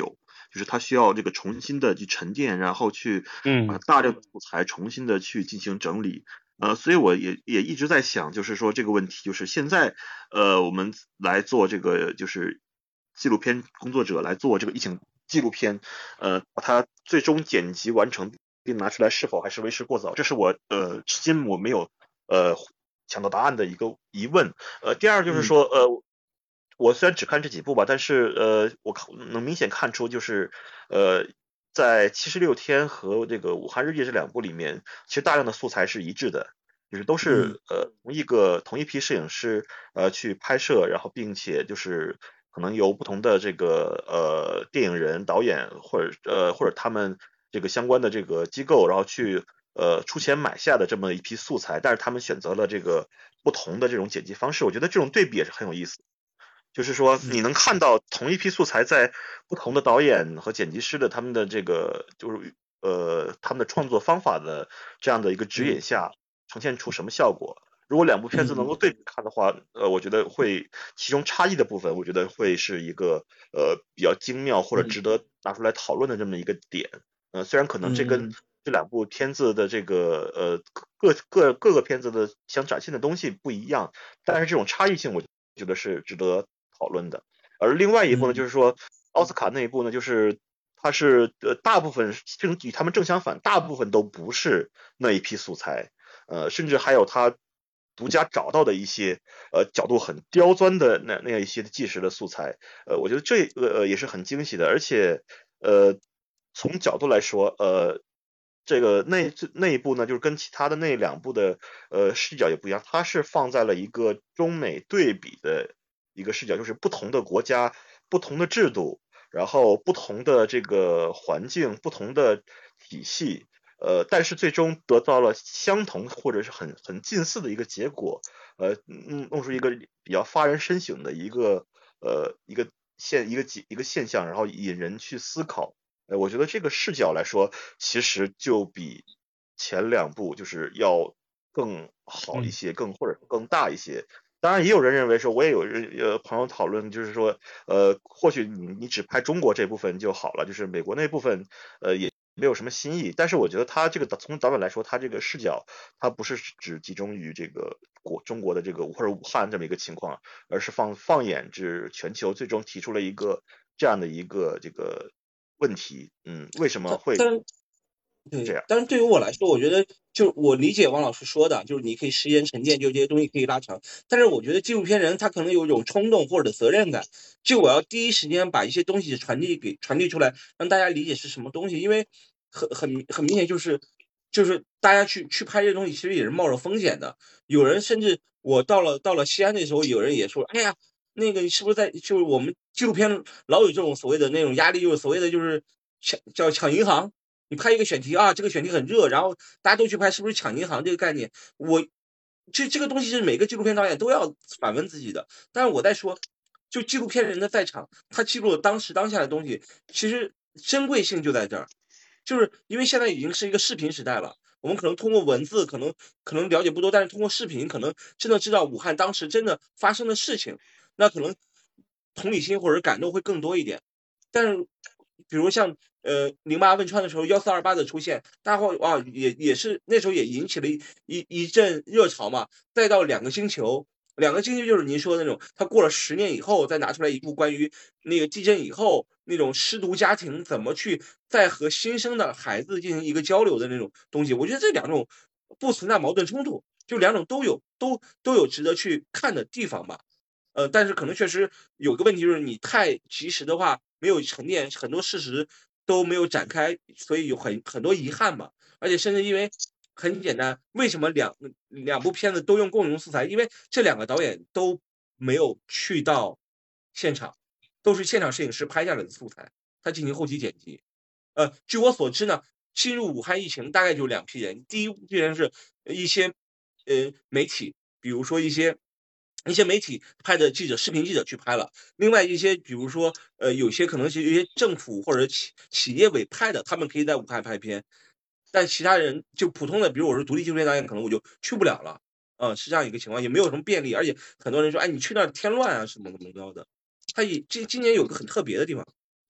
就是它需要这个重新的去沉淀，然后去把大量的素材重新的去进行整理。呃，所以我也也一直在想，就是说这个问题，就是现在呃我们来做这个就是纪录片工作者来做这个疫情纪录片，呃，把它最终剪辑完成并拿出来，是否还是为时过早？这是我呃至今我没有呃抢到答案的一个疑问。呃，第二就是说，呃，我虽然只看这几部吧，但是呃，我能明显看出，就是呃，在七十六天和这个武汉日记这两部里面，其实大量的素材是一致的，就是都是呃同一个同一批摄影师呃去拍摄，然后并且就是可能由不同的这个呃电影人、导演或者呃或者他们这个相关的这个机构，然后去呃出钱买下的这么一批素材，但是他们选择了这个不同的这种剪辑方式，我觉得这种对比也是很有意思。就是说，你能看到同一批素材在不同的导演和剪辑师的他们的这个就是呃他们的创作方法的这样的一个指引下，呈现出什么效果。如果两部片子能够对比看的话，呃，我觉得会其中差异的部分，我觉得会是一个呃比较精妙或者值得拿出来讨论的这么一个点。呃，虽然可能这跟这两部片子的这个呃各各各个片子的想展现的东西不一样，但是这种差异性，我觉得是值得讨论的。而另外一部呢，就是说奥斯卡那一部呢，就是它是呃大部分正与他们正相反，大部分都不是那一批素材，呃，甚至还有他独家找到的一些呃角度很刁钻的那那样一些纪实的素材，呃，我觉得这个呃也是很惊喜的，而且呃从角度来说，呃。这个那那一部呢，就是跟其他的那两部的呃视角也不一样，它是放在了一个中美对比的一个视角，就是不同的国家、不同的制度，然后不同的这个环境、不同的体系，呃，但是最终得到了相同或者是很很近似的一个结果，呃，弄弄出一个比较发人深省的一个呃一个现一个一个现象，然后引人去思考。呃，我觉得这个视角来说，其实就比前两部就是要更好一些，更或者更大一些。当然，也有人认为说，我也有人呃朋友讨论，就是说，呃，或许你你只拍中国这部分就好了，就是美国那部分，呃，也没有什么新意。但是我觉得他这个从导演来说，他这个视角，他不是只集中于这个国中国的这个或者武汉这么一个情况，而是放放眼至全球，最终提出了一个这样的一个这个问题，嗯，为什么会这样？ 对，但是对于我来说，我觉得就我理解王老师说的，就是你可以时间沉淀，就这些东西可以拉长。但是我觉得纪录片人他可能有一种冲动或者责任感，就我要第一时间把一些东西传递给传递出来，让大家理解是什么东西。因为很很很明显就是就是大家去去拍这些东西，其实也是冒着风险的。有人甚至我到了到了西安的时候，有人也说，哎呀，那个你是不是在就是我们纪录片老有这种所谓的那种压力，就是所谓的就是抢叫抢银行。你拍一个选题啊，这个选题很热，然后大家都去拍，是不是抢银行这个概念？我这这个东西是每个纪录片导演都要反问自己的。但是我在说，就纪录片人的在场，他记录了当时当下的东西，其实珍贵性就在这儿，就是因为现在已经是一个视频时代了，我们可能通过文字可能可能了解不多，但是通过视频可能真的知道武汉当时真的发生的事情，那可能同理心或者感动会更多一点。但是比如像呃零八汶川的时候，幺四二八的出现，大家会啊也也是那时候也引起了一一一阵热潮嘛。再到两个星球，两个星球就是您说的那种，他过了十年以后再拿出来一部关于那个地震以后那种失独家庭怎么去再和新生的孩子进行一个交流的那种东西。我觉得这两种不存在矛盾冲突，就两种都有都都有值得去看的地方吧。呃，但是可能确实有个问题，就是你太及时的话，没有沉淀，很多事实都没有展开，所以有很很多遗憾嘛。而且甚至因为很简单，为什么两两部片子都用共同素材？因为这两个导演都没有去到现场，都是现场摄影师拍下来的素材，他进行后期剪辑。呃，据我所知呢，进入武汉疫情大概就两批人，第一批人是一些呃媒体，比如说一些。一些媒体派的记者、视频记者去拍了，另外一些，比如说，呃，有些可能是一些政府或者企企业委派的，他们可以在武汉拍片，但其他人就普通的，比如我是独立纪录片导演，可能我就去不了了，呃，是这样一个情况，也没有什么便利，而且很多人说，哎，你去那儿添乱啊，什么怎么着的。他也今今年有个很特别的地方，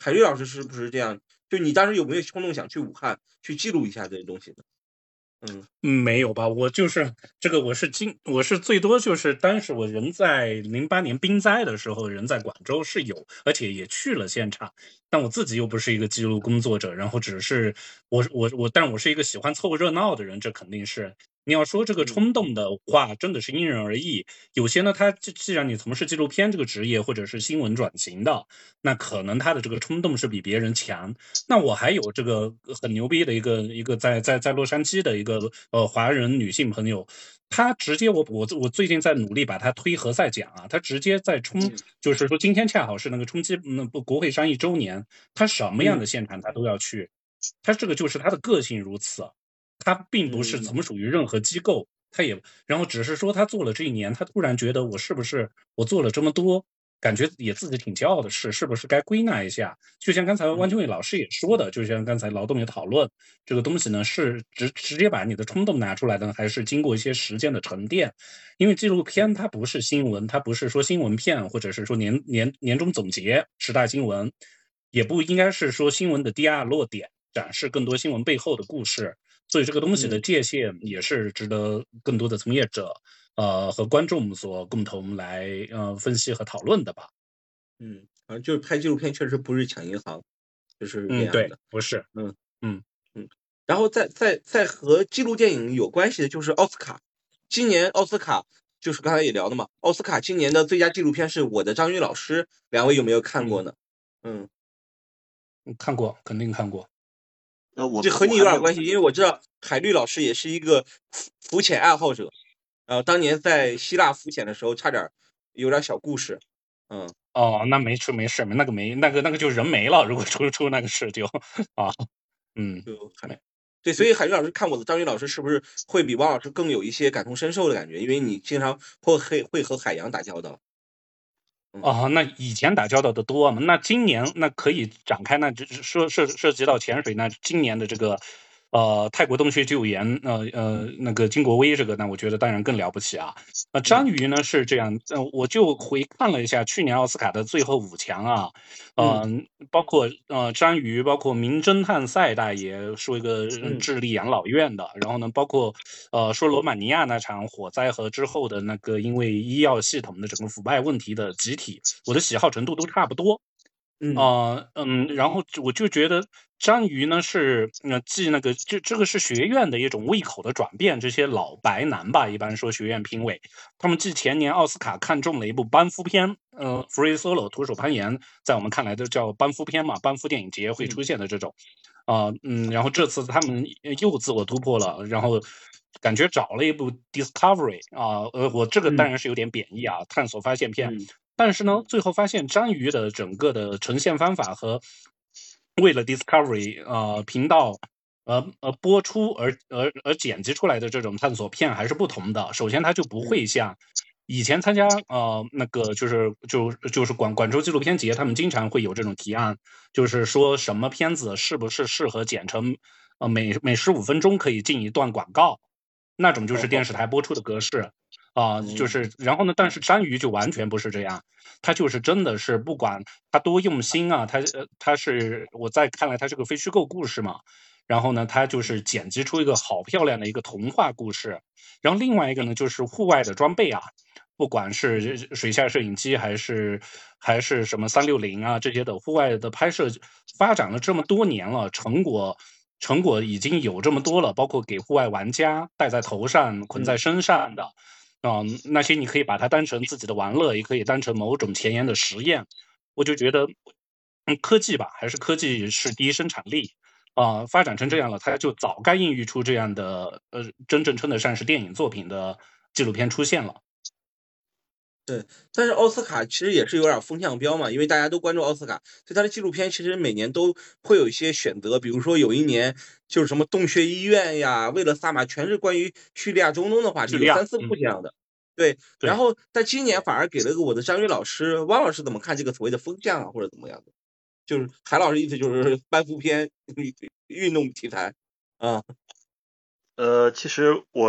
海瑞老师是不是这样？就你当时有没有冲动想去武汉去记录一下这些东西呢？ 嗯，没有吧？我就是这个，我是今我是最多就是当时我人在零八年冰灾的时候，人在广州是有，而且也去了现场。但我自己又不是一个记录工作者，然后只是我我我，但我是一个喜欢凑热闹的人，这肯定是。你要说这个冲动的话，真的是因人而异。有些呢，他既然你从事纪录片这个职业，或者是新闻转型的，那可能他的这个冲动是比别人强。那我还有这个很牛逼的一个一个在在在洛杉矶的一个呃华人女性朋友，她直接我我我最近在努力把她推何塞奖啊，她直接在冲，就是说今天恰好是那个冲击那不国会山一周年，她什么样的现场她都要去，她这个就是她的个性如此。他并不是从属于任何机构，他也然后只是说他做了这一年，他突然觉得我是不是我做了这么多，感觉也自己挺骄傲的事，是不是该归纳一下？就像刚才汪清伟老师也说的，就像刚才劳动也讨论这个东西呢，是直直接把你的冲动拿出来的，还是经过一些时间的沉淀？因为纪录片它不是新闻，它不是说新闻片，或者是说年年年终总结十大新闻，也不应该是说新闻的第二落点，展示更多新闻背后的故事。所以这个东西的界限也是值得更多的从业者，呃和观众所共同来呃分析和讨论的吧。 嗯，反正就是拍纪录片确实不是抢银行，就是这嗯， 样的。 对，不是， 嗯嗯嗯。然后在在在和纪录电影有关系的就是奥斯卡，今年奥斯卡就是刚才也聊的嘛，奥斯卡今年的最佳纪录片是我的章鱼老师，两位有没有看过呢？嗯， 嗯看过，肯定看过。 呃，我这和你有点关系，因为我知道海绿老师也是一个浮浮潜爱好者，呃，当年在希腊浮潜的时候，差点有点小故事。嗯， 哦，那没事没事，那个没那个那个就人没了，如果出出那个事就啊，嗯， 就海对，所以海绿老师看我的章鱼老师是不是会比汪老师更有一些感同身受的感觉？因为你经常会会会和海洋打交道。 哦，那以前打交道的多嘛？那今年那可以展开，那就是说涉涉及到潜水，那今年的这个呃泰国洞穴救援，呃呃那个金国威这个，那我觉得当然更了不起啊。那章鱼呢是这样，呃，我就回看了一下去年奥斯卡的最后五强啊，呃，包括呃章鱼，包括名侦探赛大爷，说一个智利养老院的，然后呢，包括呃说罗马尼亚那场火灾和之后的那个因为医药系统的整个腐败问题的集体，我的喜好程度都差不多。 嗯呃嗯，然后我就觉得章鱼呢是呃继那个这这个是学院的一种胃口的转变，这些老白男吧，一般说学院评委，他们继前年奥斯卡看中了一部班夫片，呃，Free Solo 徒手攀岩，在我们看来都叫班夫片嘛，班夫电影节会出现的这种，啊、呃、嗯，然后这次他们又自我突破了，然后感觉找了一部 Discovery 啊、呃，呃，我这个当然是有点贬义啊，探索发现片。但是呢，最后发现章鱼的整个的呈现方法和为了 Discovery 呃频道呃呃播出而而而剪辑出来的这种探索片还是不同的。首先，它就不会像以前参加呃那个就是就就是广广州纪录片节，他们经常会有这种提案，就是说什么片子是不是适合剪成呃每每十五分钟可以进一段广告，那种就是电视台播出的格式。啊、呃，就是然后呢，但是章鱼就完全不是这样，他就是真的是不管他多用心啊，他呃他是我在看来他是个非虚构故事嘛，然后呢，他就是剪辑出一个好漂亮的一个童话故事，然后另外一个呢就是户外的装备啊，不管是水下摄影机还是还是什么三六零啊这些的户外的拍摄，发展了这么多年了，成果。成果已经有这么多了，包括给户外玩家戴在头上、捆在身上的，啊、嗯，那些你可以把它当成自己的玩乐，也可以当成某种前沿的实验。我就觉得，嗯，科技吧，还是科技是第一生产力啊、呃，发展成这样了，它就早该孕育出这样的呃真正称得上是电影作品的纪录片出现了。 对，但是奥斯卡其实也是有点风向标嘛，因为大家都关注奥斯卡，所以它的纪录片其实每年都会有一些选择，比如说有一年就是什么洞穴医院呀，为了萨马，全是关于叙利亚中东的话题，有三四部这样的。对，然后在今年反而给了个我的章鱼老师，汪老师怎么看这个所谓的风向啊，或者怎么样的？就是海老师意思就是班夫片运动题材啊。 呃，其实我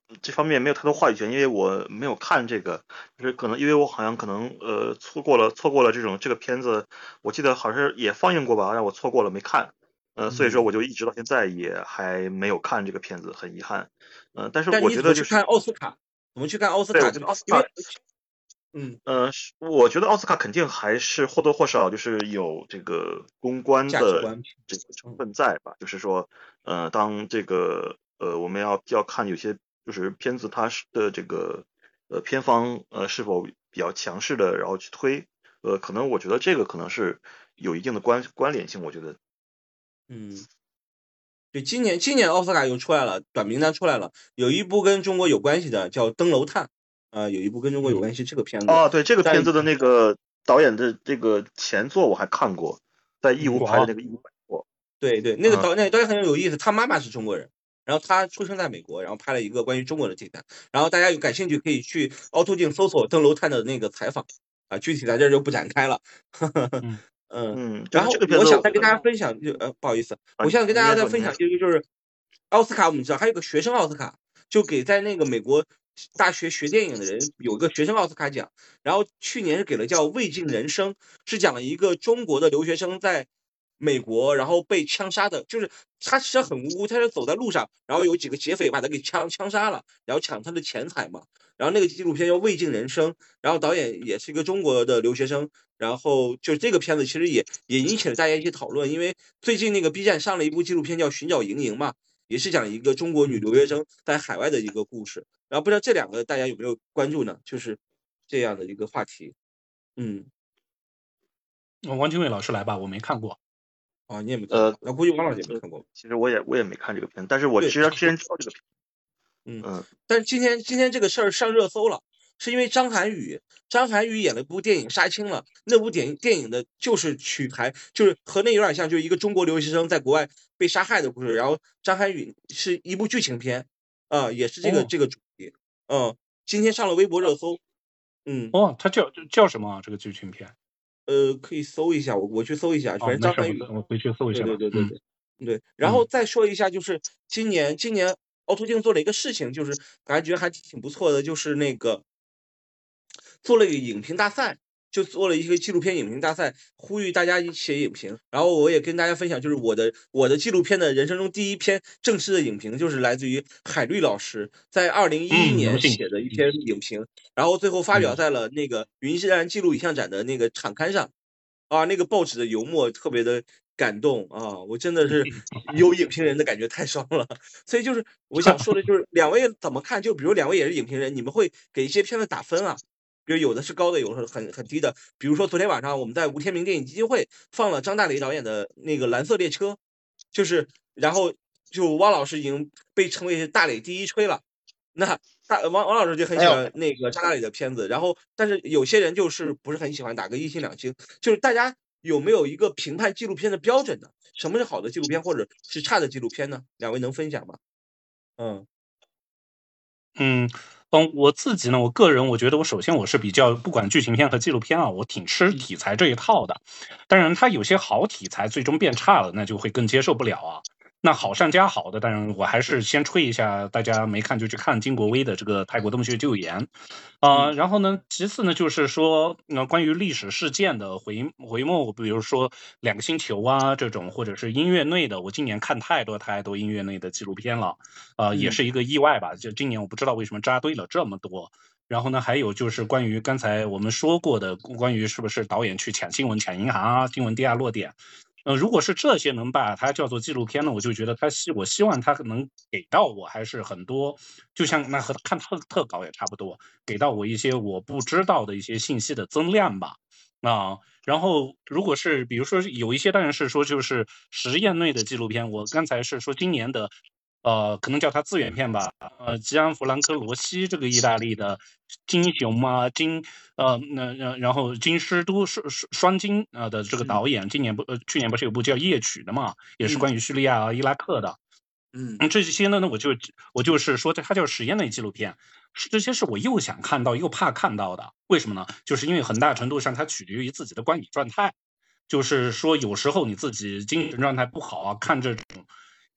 这方面没有太多话语权，因为我没有看这个，就是可能因为我好像可能呃错过了错过了这种这个片子，我记得好像也放映过吧，让我错过了没看，呃，所以说我就一直到现在也还没有看这个片子，很遗憾。呃，但是我觉得就是但你怎么去看奥斯卡？怎么去看奥斯对， 卡？ 我觉得奥斯因为卡， 嗯， 呃，是我觉得奥斯卡肯定还是或多或少就是有这个公关的价值观， 这个成嗯分在吧，就是说，呃，当这个呃我们要要看有些就是片子它是的这个呃片方呃是否比较强势的，然后去推，呃，可能我觉得这个可能是有一定的关关联性，我觉得。 嗯。对，今年今年奥斯卡又出来了，短名单出来了，有一部跟中国有关系的叫《登楼探》，啊、有一部跟中国有关系这个片子， 哦，对，这个在片子的那个导演的这个前作我还看过，在义乌嗯， 拍的那个义乌版过。 对对，那个啊， 导那个导演很有意思，他妈妈是中国人，然后他出生在美国，然后拍了一个关于中国的题材，然后大家有感兴趣可以去凹凸镜搜索登楼探的那个采访，啊，具体在这儿就不展开了， 嗯嗯， 嗯，就是然后这个片子， 我想再跟大家呃分享，就呃不好意思， 啊， 我想跟大你先说，你家再分享先说。 一个就是奥斯卡，我们知道还有个学生奥斯卡，就给在那个美国大学学电影的人有一个学生奥斯卡奖，然后去年是给了叫《未尽人生》，是讲了一个中国的留学生在美国然后被枪杀的，就是他其实很无辜，他是走在路上，然后有几个劫匪把他给枪枪杀了，然后抢他的钱财嘛。然后那个纪录片叫《未尽人生》，然后导演也是一个中国的留学生，然后就这个片子其实也也引起了大家一些讨论，因为最近那个 B 站上了一部纪录片叫《寻找莹莹》嘛，也是讲一个中国女留学生在海外的一个故事。然后不知道这两个大家有没有关注呢？就是这样的一个话题。嗯， 王经纬老师来吧，我没看过。 啊，你也没看呃过，那估计王老师也没呃， 看过。 其实我也我也没看这个片，但是我对， 其实之前知道这个片。 嗯， 嗯但是今天今天这个事儿上热搜了，是因为张涵予，张涵予演了部电影杀青了，那部电影电影的就是取材，就是和那有点像，就是一个中国留学生在国外被杀害的故事。然后张涵予是一部剧情片，啊、呃也是这个哦这个主题，嗯，今天上了微博热搜，嗯， 哦，它叫叫什么啊？这个剧情片？ 呃，可以搜一下，我我去搜一下，反哦，没事，我正张涵予， 我回去搜一对下吧。嗯对对对对对，然后嗯再说一下，就是今年今年凹凸镜做了一个事情，就是感觉还挺不错的，就是那个做了一个影评大赛，就做了一个纪录片影评大赛，呼吁大家写影评。然后我也跟大家分享，就是我的我的纪录片的人生中第一篇正式的影评，就是来自于海绿老师在二零一一嗯，荣年幸。 写的一篇影评，然后最后发表嗯， 在了那个云西安纪录影像展的那个场刊上。啊，那个报纸的油墨特别的感动啊，我真的是有影评人的感觉，太爽了。所以就是我想说的，就是两位怎么看？就比如两位也是影评人，你们会给一些片子打分啊？比如有的是高的，有的是很很低的。比如说昨天晚上我们在吴天明电影基金会放了张大雷导演的那个《蓝色列车》，就是然后就汪老师已经被称为大磊第一吹了。那大王王老师就很喜欢那个张大磊的片子，然后但是有些人就是不是很喜欢，打个一星两星。就是大家有没有一个评判纪录片的标准呢？什么是好的纪录片，或者是差的纪录片呢？两位能分享吗？嗯嗯嗯，我自己呢，我个人我觉得我首先我是比较不管剧情片和纪录片啊，我挺吃题材这一套的。当然，它有些好题材最终变差了，那就会更接受不了啊。那好上加好的，当然我还是先吹一下，大家没看就去看金国威的这个泰国洞穴救援。呃，然后呢，其次呢，就是说，呃，关于历史事件的回回目，比如说两个星球啊这种，或者是音乐类的，我今年看太多太多音乐类的纪录片了，呃，也是一个意外吧。就今年我不知道为什么扎堆了这么多。然后呢，还有就是关于刚才我们说过的，关于是不是导演去抢新闻、抢银行啊，新闻第二落点。呃，如果是这些能把它叫做纪录片呢，我就觉得它希我希望它能给到我还是很多，就像那和看特特稿也差不多，给到我一些我不知道的一些信息的增量吧。啊，然后如果是比如说有一些当然是说就是实验类的纪录片，我刚才是说今年的。呃，可能叫它自远片吧。呃，吉安·弗兰科·罗西这个意大利的金熊啊，金呃那那然后金狮都双双金啊、呃、的这个导演，今年不呃去年不是有部叫《夜曲》的嘛，也是关于叙利亚、啊、伊拉克的。 嗯， 这些呢，呢我就我就是说，它叫实验类纪录片，这些是我又想看到又怕看到的。为什么呢？就是因为很大程度上它取决于自己的观影状态。就是说，有时候你自己精神状态不好啊，看这种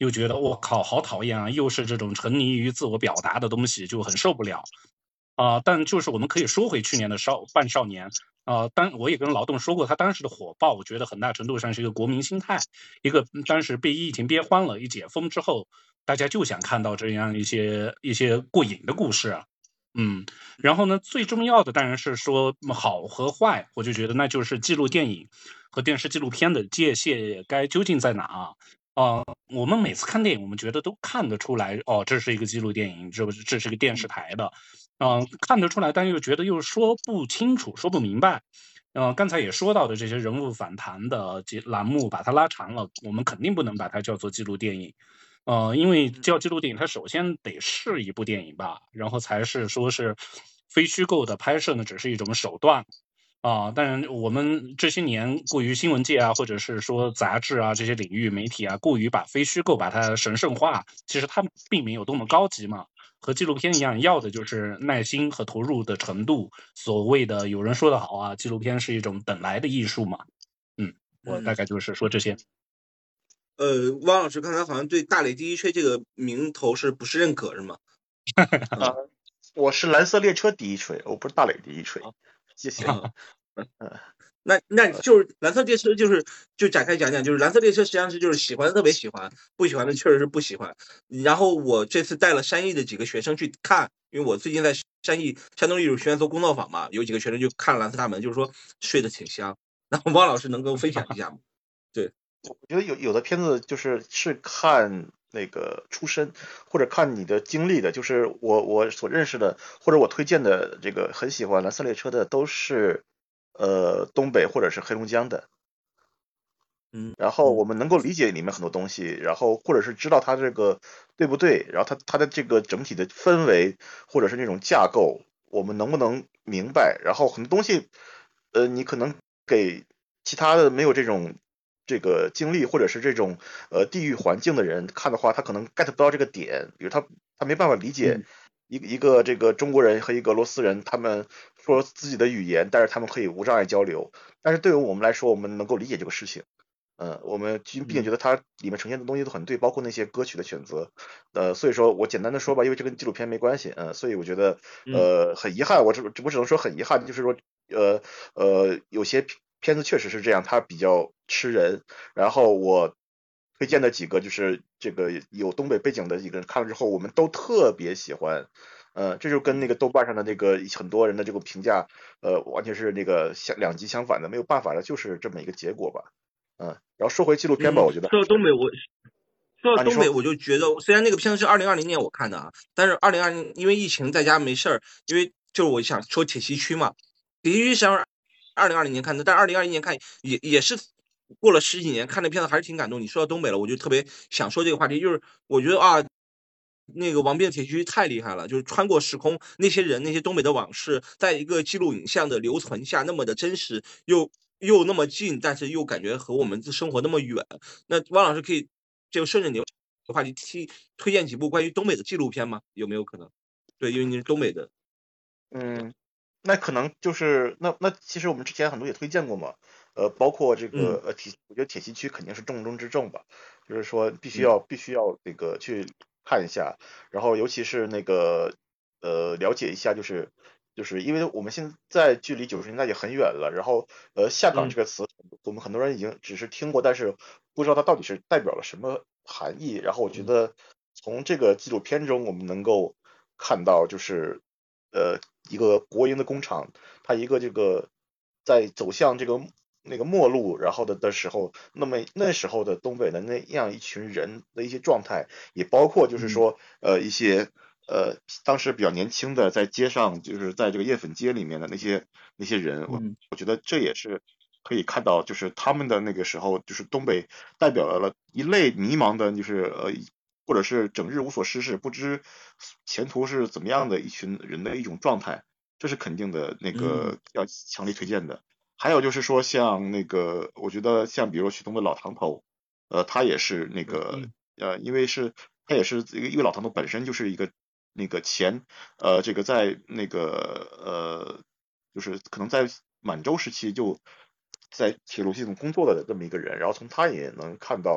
又觉得我靠好讨厌啊，又是这种沉溺于自我表达的东西，就很受不了啊、呃。但就是我们可以说回去年的少半少年啊、呃，当我也跟劳动说过，他当时的火爆，我觉得很大程度上是一个国民心态，一个当时被疫情憋欢了，一解封之后，大家就想看到这样一些一些过瘾的故事啊。嗯，然后呢，最重要的当然是说好和坏，我就觉得那就是记录电影和电视纪录片的界限该究竟在哪啊？呃，我们每次看电影，我们觉得都看得出来，哦，这是一个纪录电影，这这是个电视台的，嗯、呃，看得出来，但又觉得又说不清楚，说不明白。呃，刚才也说到的这些人物访谈的节栏目，把它拉长了，我们肯定不能把它叫做纪录电影。呃，因为叫纪录电影，它首先得是一部电影吧，然后才是说是非虚构的拍摄呢，只是一种手段啊。当然，我们这些年过于新闻界啊，或者是说杂志啊这些领域媒体啊，过于把非虚构把它神圣化，其实它并没有多么高级嘛。和纪录片一样，要的就是耐心和投入的程度。所谓的有人说的好啊，纪录片是一种等来的艺术嘛。嗯，我大概就是说这些。 呃，汪老师刚才好像对大磊第一吹这个名头是不是认可是吗？ 啊，我是蓝色列车第一吹，我不是大磊第一吹。谢谢。 嗯，那那就是蓝色列车，就是就展开讲讲，就是蓝色列车实际上是就是喜欢的特别喜欢，不喜欢的确实是不喜欢。然后我这次带了山艺的几个学生去看，因为我最近在山艺山东艺术学院做工作坊嘛，有几个学生就看了蓝色大门，就是说睡得挺香。然后汪老师能跟我分享一下吗？对， 我觉得有有的片子就是是看那个出身或者看你的经历的，就是我我所认识的或者我推荐的这个很喜欢蓝色列车的都是呃东北或者是黑龙江的， 嗯， 然后我们能够理解里面很多东西，然后或者是知道它这个对不对，然后它它的这个整体的氛围或者是那种架构，我们能不能明白？然后很多东西，呃，你可能给其他的没有这种这个经历或者是这种呃地域环境的人看的话，他可能 get 不到这个点，比如他他没办法理解一个一个这个中国人和一个俄罗斯人，他们说自己的语言，但是他们可以无障碍交流，但是对于我们来说，我们能够理解这个事情。嗯，我们毕竟觉得它里面呈现的东西都很对，包括那些歌曲的选择，呃，所以说我简单的说吧，因为这跟纪录片没关系，嗯，所以我觉得，呃，很遗憾，我只我只能说很遗憾，就是说，呃呃，有些片子确实是这样，它比较吃人，然后我推荐的几个就是这个有东北背景的几个人看了之后，我们都特别喜欢，呃，这就跟那个豆瓣上的那个很多人的这个评价，呃，完全是那个相两极相反的，没有办法的，就是这么一个结果吧。嗯，然后说回纪录片吧， 嗯， 我觉得说到东北，我说到啊，你说东北，我就觉得虽然那个片子是二零二零年我看的啊，但是二零二零因为疫情在家没事儿，因为就是我想说铁西区嘛，铁西区实际上是二零二零年看的，但二零二一年看也也是过了十几年看那片子还是挺感动。你说到东北了，我就特别想说这个话题，就是我觉得啊。那个王斌的铁西区太厉害了，就是穿过时空，那些人那些东北的往事，在一个记录影像的留存下，那么的真实，又又那么近，但是又感觉和我们的生活那么远。那汪老师可以就顺着你的话题推推荐几部关于东北的纪录片吗？有没有可能？对，因为你是东北的。 嗯，那可能就是那那其实我们之前很多也推荐过嘛，呃，包括这嗯个呃铁，我觉得铁西区肯定是重中之重吧，就是说必须嗯要必须要那个去看一下，然后尤其是那个呃了解一下，就是就是因为我们现在距离九十年代也很远了，然后呃下岗嗯这个词，我们很多人已经只是听过，但是不知道它到底是代表了什么含义，然后我觉嗯得从这个纪录片中我们能够看到就是呃一个国营的工厂，它一个这个在走向这个那个末路，然后的的时候，那么那时候的东北的那样一群人的一些状态，也包括就是嗯说呃一些呃当时比较年轻的在街上，就是在这个叶粉街里面的那些那些人，我嗯我觉得这也是可以看到，就是他们的那个时候，就是东北代表了一类迷茫的，就是呃或者是整日无所事事，不知前途是怎么样的一群人的一种状态，这是肯定的，那嗯个要强烈推荐的。还有就是说，像那个，我觉得像比如许东的老唐头，呃，他也是那个嗯呃，因为是他也是一个因为老唐头本身就是一个那个前呃这个在那个呃就是可能在满洲时期就在铁路系统工作的这么一个人，然后从他也能看到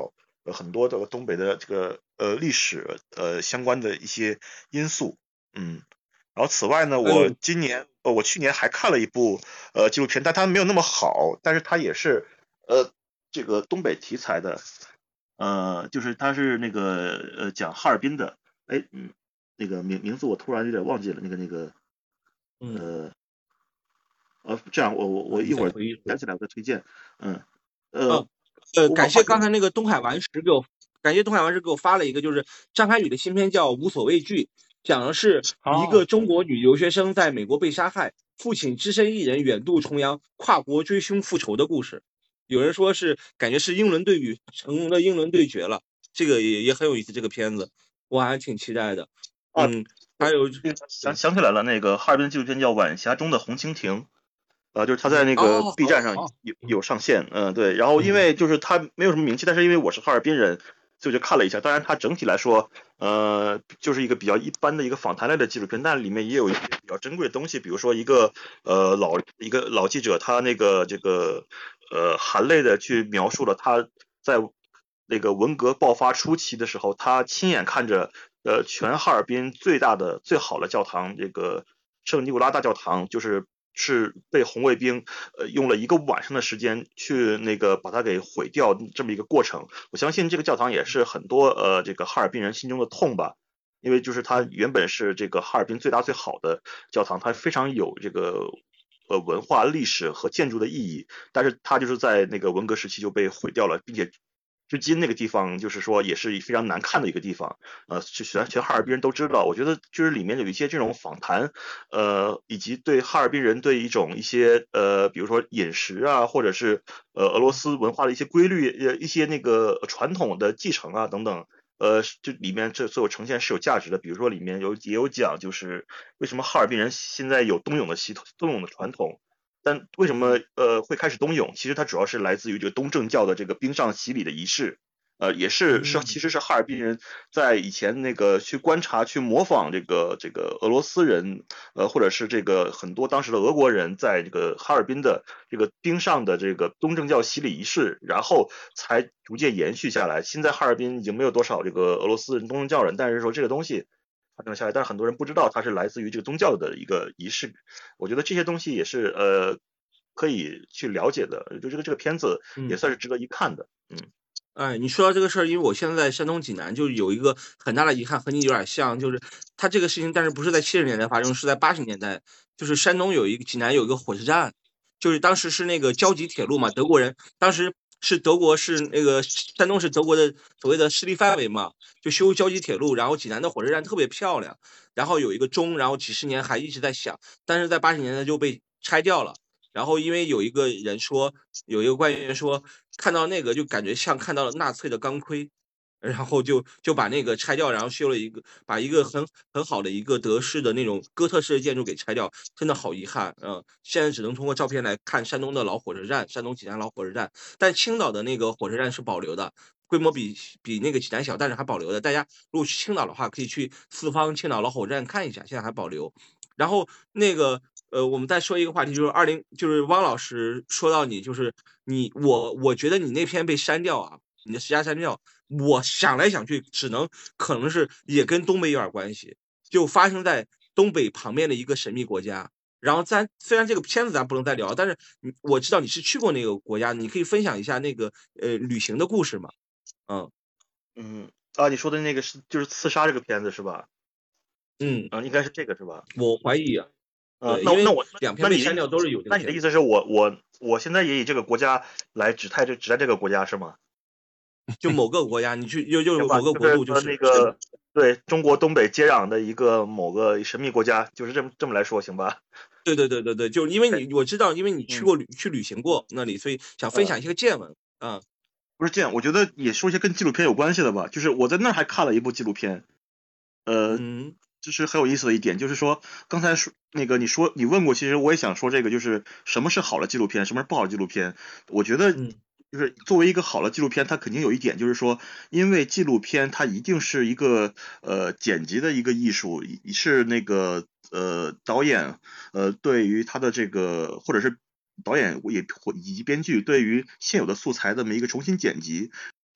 呃很多这个东北的这个呃历史呃相关的一些因素，嗯。然后此外呢，我今年呃我去年还看了一部呃纪录片，但它没有那么好，但是它也是呃这个东北题材的，呃就是它是那个呃讲哈尔滨的，哎嗯那个名名字我突然有点忘记了，那个那个呃呃这样我我我一会儿想起来我再推荐，嗯呃呃感谢刚才那个东海顽石给我感谢东海顽石给我发了一个，就是张涵予的新片叫《无所畏惧》，讲的是一个中国女留学生在美国被杀害，父亲只身一人远渡重洋，跨国追凶复仇的故事。有人说是感觉是英伦对语成功的英伦对决了，这个也也很有意思，这个片子我还挺期待的。嗯，还有想想起来了，那个哈尔滨纪录片叫《晚霞中的红蜻蜓》，呃，就是他在那个哦 B 站上有有上线，嗯、呃，对。然后因为就是他没有什么名气，但是因为我是哈尔滨人，所以我就看了一下。当然，它整体来说，呃，就是一个比较一般的一个访谈类的纪录片，但里面也有一些比较珍贵的东西，比如说一个呃老一个老记者，他那个这个呃含泪的去描述了他在那个文革爆发初期的时候，他亲眼看着呃全哈尔滨最大的最好的教堂，这个圣尼古拉大教堂，就是是被红卫兵呃用了一个晚上的时间去那个把它给毁掉这么一个过程。我相信这个教堂也是很多呃这个哈尔滨人心中的痛吧。因为就是它原本是这个哈尔滨最大最好的教堂，它非常有这个呃文化历史和建筑的意义，但是它就是在那个文革时期就被毁掉了，并且至今那个地方就是说也是非常难看的一个地方，呃，全全哈尔滨人都知道。我觉得就是里面有一些这种访谈，呃，以及对哈尔滨人对一种一些呃，比如说饮食啊，或者是呃俄罗斯文化的一些规律，呃，一些那个传统的继承啊等等。呃，这里面这所有呈现是有价值的，比如说里面有也有讲，就是为什么哈尔滨人现在有冬泳的习冬泳的传统，但为什么呃会开始冬泳？其实它主要是来自于这个东正教的这个冰上洗礼的仪式，呃，也是是其实是哈尔滨人在以前那个去观察、去模仿这个这个俄罗斯人，呃，或者是这个很多当时的俄国人在这个哈尔滨的这个冰上的这个东正教洗礼仪式，然后才逐渐延续下来。现在哈尔滨已经没有多少这个俄罗斯人、东正教人，但是说这个东西发展下来，但是很多人不知道它是来自于这个宗教的一个仪式。我觉得这些东西也是呃可以去了解的，就这个这个片子也算是值得一看的。嗯， 哎，你说到这个事儿，因为我现在在山东济南，就有一个很大的遗憾，和你有点像，就是他这个事情，但是不是在七十年代发生，是在八十年代，就是山东有一个济南有一个火车站，就是当时是那个胶济铁路嘛，德国人当时是德国是那个山东是德国的所谓的势力范围嘛，就修胶济铁路，然后济南的火车站特别漂亮，然后有一个钟，然后几十年还一直在响，但是在八十年代就被拆掉了。然后因为有一个人说，有一个官员说，看到那个就感觉像看到了纳粹的钢盔，然后就就把那个拆掉，然后修了一个，把一个很很好的一个德式的那种哥特式的建筑给拆掉，真的好遗憾。嗯、呃，现在只能通过照片来看山东的老火车站，山东济南老火车站，但青岛的那个火车站是保留的。规模比比那个济南小，但是还保留的。大家如果去青岛的话，可以去四方青岛老火车站看一下，现在还保留。然后那个呃，我们再说一个话题，就是二零，就是汪老师说到你，就是你我我觉得你那篇被删掉啊，你的十佳删掉，我想来想去，只能可能是也跟东北有点关系，就发生在东北旁边的一个神秘国家。然后咱虽然这个片子咱不能再聊，但是你我知道你是去过那个国家，你可以分享一下那个呃旅行的故事吗？嗯嗯啊，你说的那个是就是刺杀这个片子是吧？ 嗯啊，应该是这个是吧？ 我怀疑啊， 呃， 对，因为那那我两篇被删掉都是有这个片子。 那你的意思是我我我现在也以这个国家来指代这指代这个国家是吗？ 就某个国家，你去就就某个国度， 就是那个对中国东北接壤的一个某个神秘国家，就是这么这么来说行吧？ 对对对对对，就是因为你我知道，因为你去过旅、嗯、去旅行过那里，所以想分享一些见闻啊。 嗯，不是这样，我觉得也说一些跟纪录片有关系的吧。就是我在那儿还看了一部纪录片，呃， 嗯， 这是很有意思的一点，就是说刚才说那个你说你问过，其实我也想说这个，就是什么是好的纪录片，什么是不好的纪录片。我觉得就是作为一个好的纪录片，它肯定有一点就是说，因为纪录片它一定是一个呃剪辑的一个艺术，是那个呃导演呃对于他的这个或者是导演也以及编剧对于现有的素材的这么一个重新剪辑。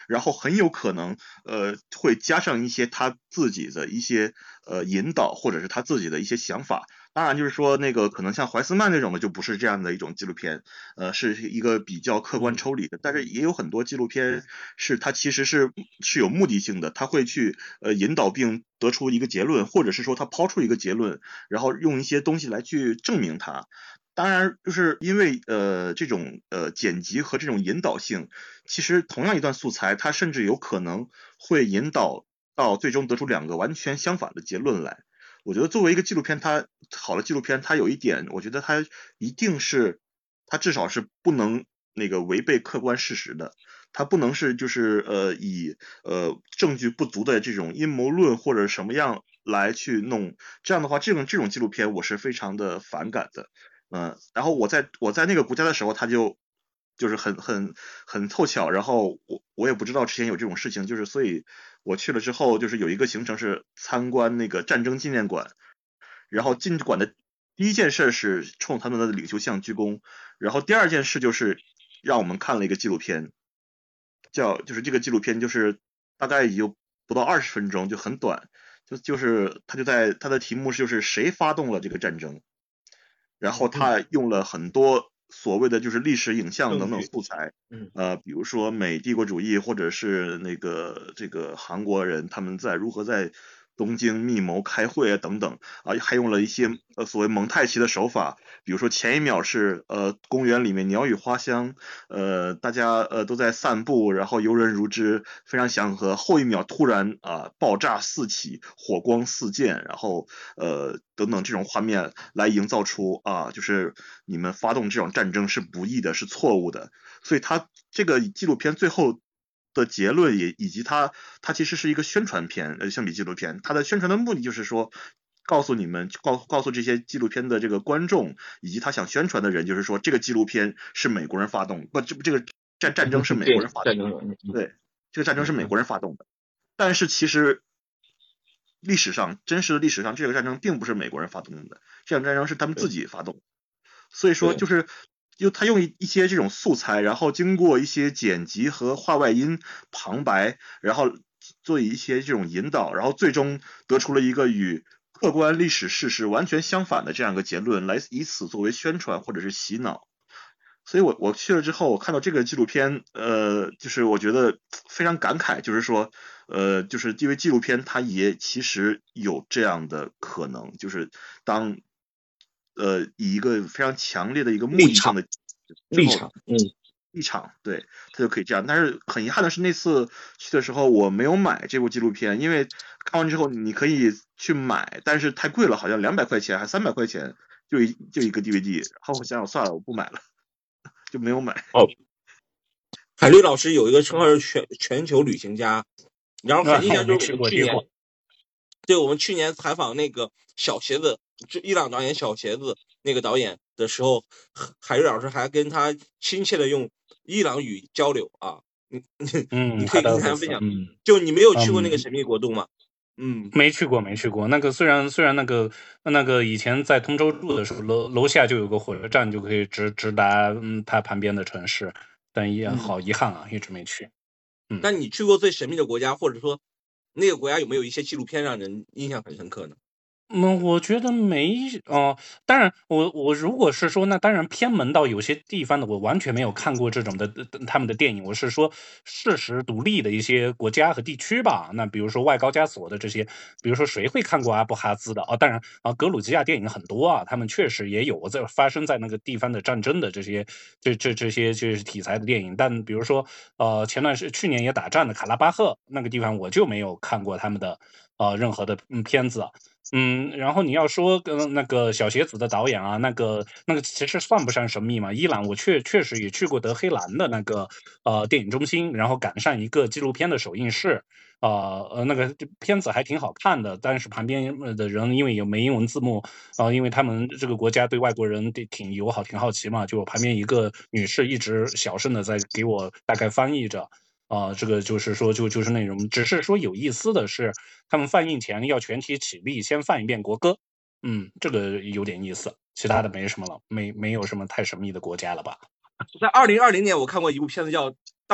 然后很有可能呃会加上一些他自己的一些呃引导，或者是他自己的一些想法。当然就是说那个可能像怀斯曼那种的就不是这样的一种纪录片，呃是一个比较客观抽离的，但是也有很多纪录片是它其实是是有目的性的，他会去呃引导并得出一个结论，或者是说他抛出一个结论，然后用一些东西来去证明它。当然就是因为呃这种呃剪辑和这种引导性，其实同样一段素材它甚至有可能会引导到最终得出两个完全相反的结论来。我觉得作为一个纪录片，它好的纪录片它有一点，我觉得它一定是它至少是不能那个违背客观事实的，它不能是就是呃以呃证据不足的这种阴谋论或者什么样来去弄，这样的话这种这种纪录片我是非常的反感的。嗯，然后我在我在那个国家的时候，他就就是很很很凑巧，然后我我也不知道之前有这种事情，就是所以我去了之后，就是有一个行程是参观那个战争纪念馆，然后进馆的第一件事是冲他们的领袖像鞠躬，然后第二件事就是让我们看了一个纪录片，叫就是这个纪录片就是大概也就不到二十分钟，就很短，就就是他就在他的题目就是谁发动了这个战争。然后他用了很多所谓的就是历史影像等等素材，呃，比如说美帝国主义或者是那个这个韩国人他们在如何在东京密谋开会啊等等啊，还用了一些呃所谓蒙太奇的手法，比如说前一秒是呃公园里面鸟语花香，呃大家呃都在散步，然后游人如织，非常祥和，后一秒突然啊、呃、爆炸四起，火光四溅，然后呃等等这种画面来营造出啊、呃、就是你们发动这种战争是不义的，是错误的，所以他这个纪录片最后的结论也以及它它其实是一个宣传片，呃，相比纪录片，它的宣传的目的就是说，告诉你们，告告诉这些纪录片的这个观众以及他想宣传的人，就是说这个纪录片是美国人发动，不，这这个战战争是美国人发动的，对，这个战争是美国人发动的，但是其实历史上真实的历史上，这个战争并不是美国人发动的，这场战争是他们自己发动的，所以说就是就他用一些这种素材，然后经过一些剪辑和话外音旁白，然后做一些这种引导，然后最终得出了一个与客观历史事实完全相反的这样一个结论，来以此作为宣传或者是洗脑。所以我我去了之后，我看到这个纪录片，呃，就是我觉得非常感慨，就是说，呃，就是因为纪录片它也其实有这样的可能，就是当呃以一个非常强烈的一个目的性的立场，嗯， 立场，对，他就可以这样。但是很遗憾的是，那次去的时候我没有买这部纪录片，因为看完之后你可以去买，但是太贵了，好像两百块钱还三百块钱就一就一个 D V D，然后我想想算了，我不买了。就没有买。 哦，海绿老师有一个称号是全全球旅行家，然后很印象就是我们去年，对我们去年采访那个小鞋子，就伊朗导演小鞋子那个导演的时候，海绿老师还跟他亲切的用伊朗语交流啊，你嗯， 你可以跟他分享， 嗯， 就你没有去过那个神秘国度吗？ 嗯，没去过，没去过。那个虽然虽然那个那个以前在通州住的时候，楼楼下就有个火车站，就可以直直达嗯它旁边的城市，但也好遗憾啊，嗯、一直没去。嗯， 那你去过最神秘的国家，或者说那个国家有没有一些纪录片让人印象很深刻呢？ 嗯，我觉得没哦、呃。当然，我我如果是说，那当然偏门到有些地方的，我完全没有看过这种的他们的电影。我是说事实独立的一些国家和地区吧。那比如说外高加索的这些，比如说谁会看过阿布哈兹的？哦，当然啊，格鲁吉亚电影很多啊，他们确实也有在发生在那个地方的战争的这些这这这些就是题材的电影。但比如说呃，前段是去年也打仗的卡拉巴赫那个地方，我就没有看过他们的呃任何的嗯片子。嗯，然后你要说跟那个小鞋子的导演啊，那个那个其实算不上神秘嘛。伊朗我确确实也去过德黑兰的那个呃电影中心，然后赶上一个纪录片的首映式，呃呃那个片子还挺好看的，但是旁边的人因为有没英文字幕，啊、呃，因为他们这个国家对外国人挺友好、挺好奇嘛，就旁边一个女士一直小声的在给我大概翻译着。啊、呃，这个就是说，就就是那种，只是说有意思的是，他们放映前要全体起立，先放一遍国歌。嗯，这个有点意思，其他的没什么了，没没有什么太神秘的国家了吧？ 在二零二零年，我看过一部片子叫《当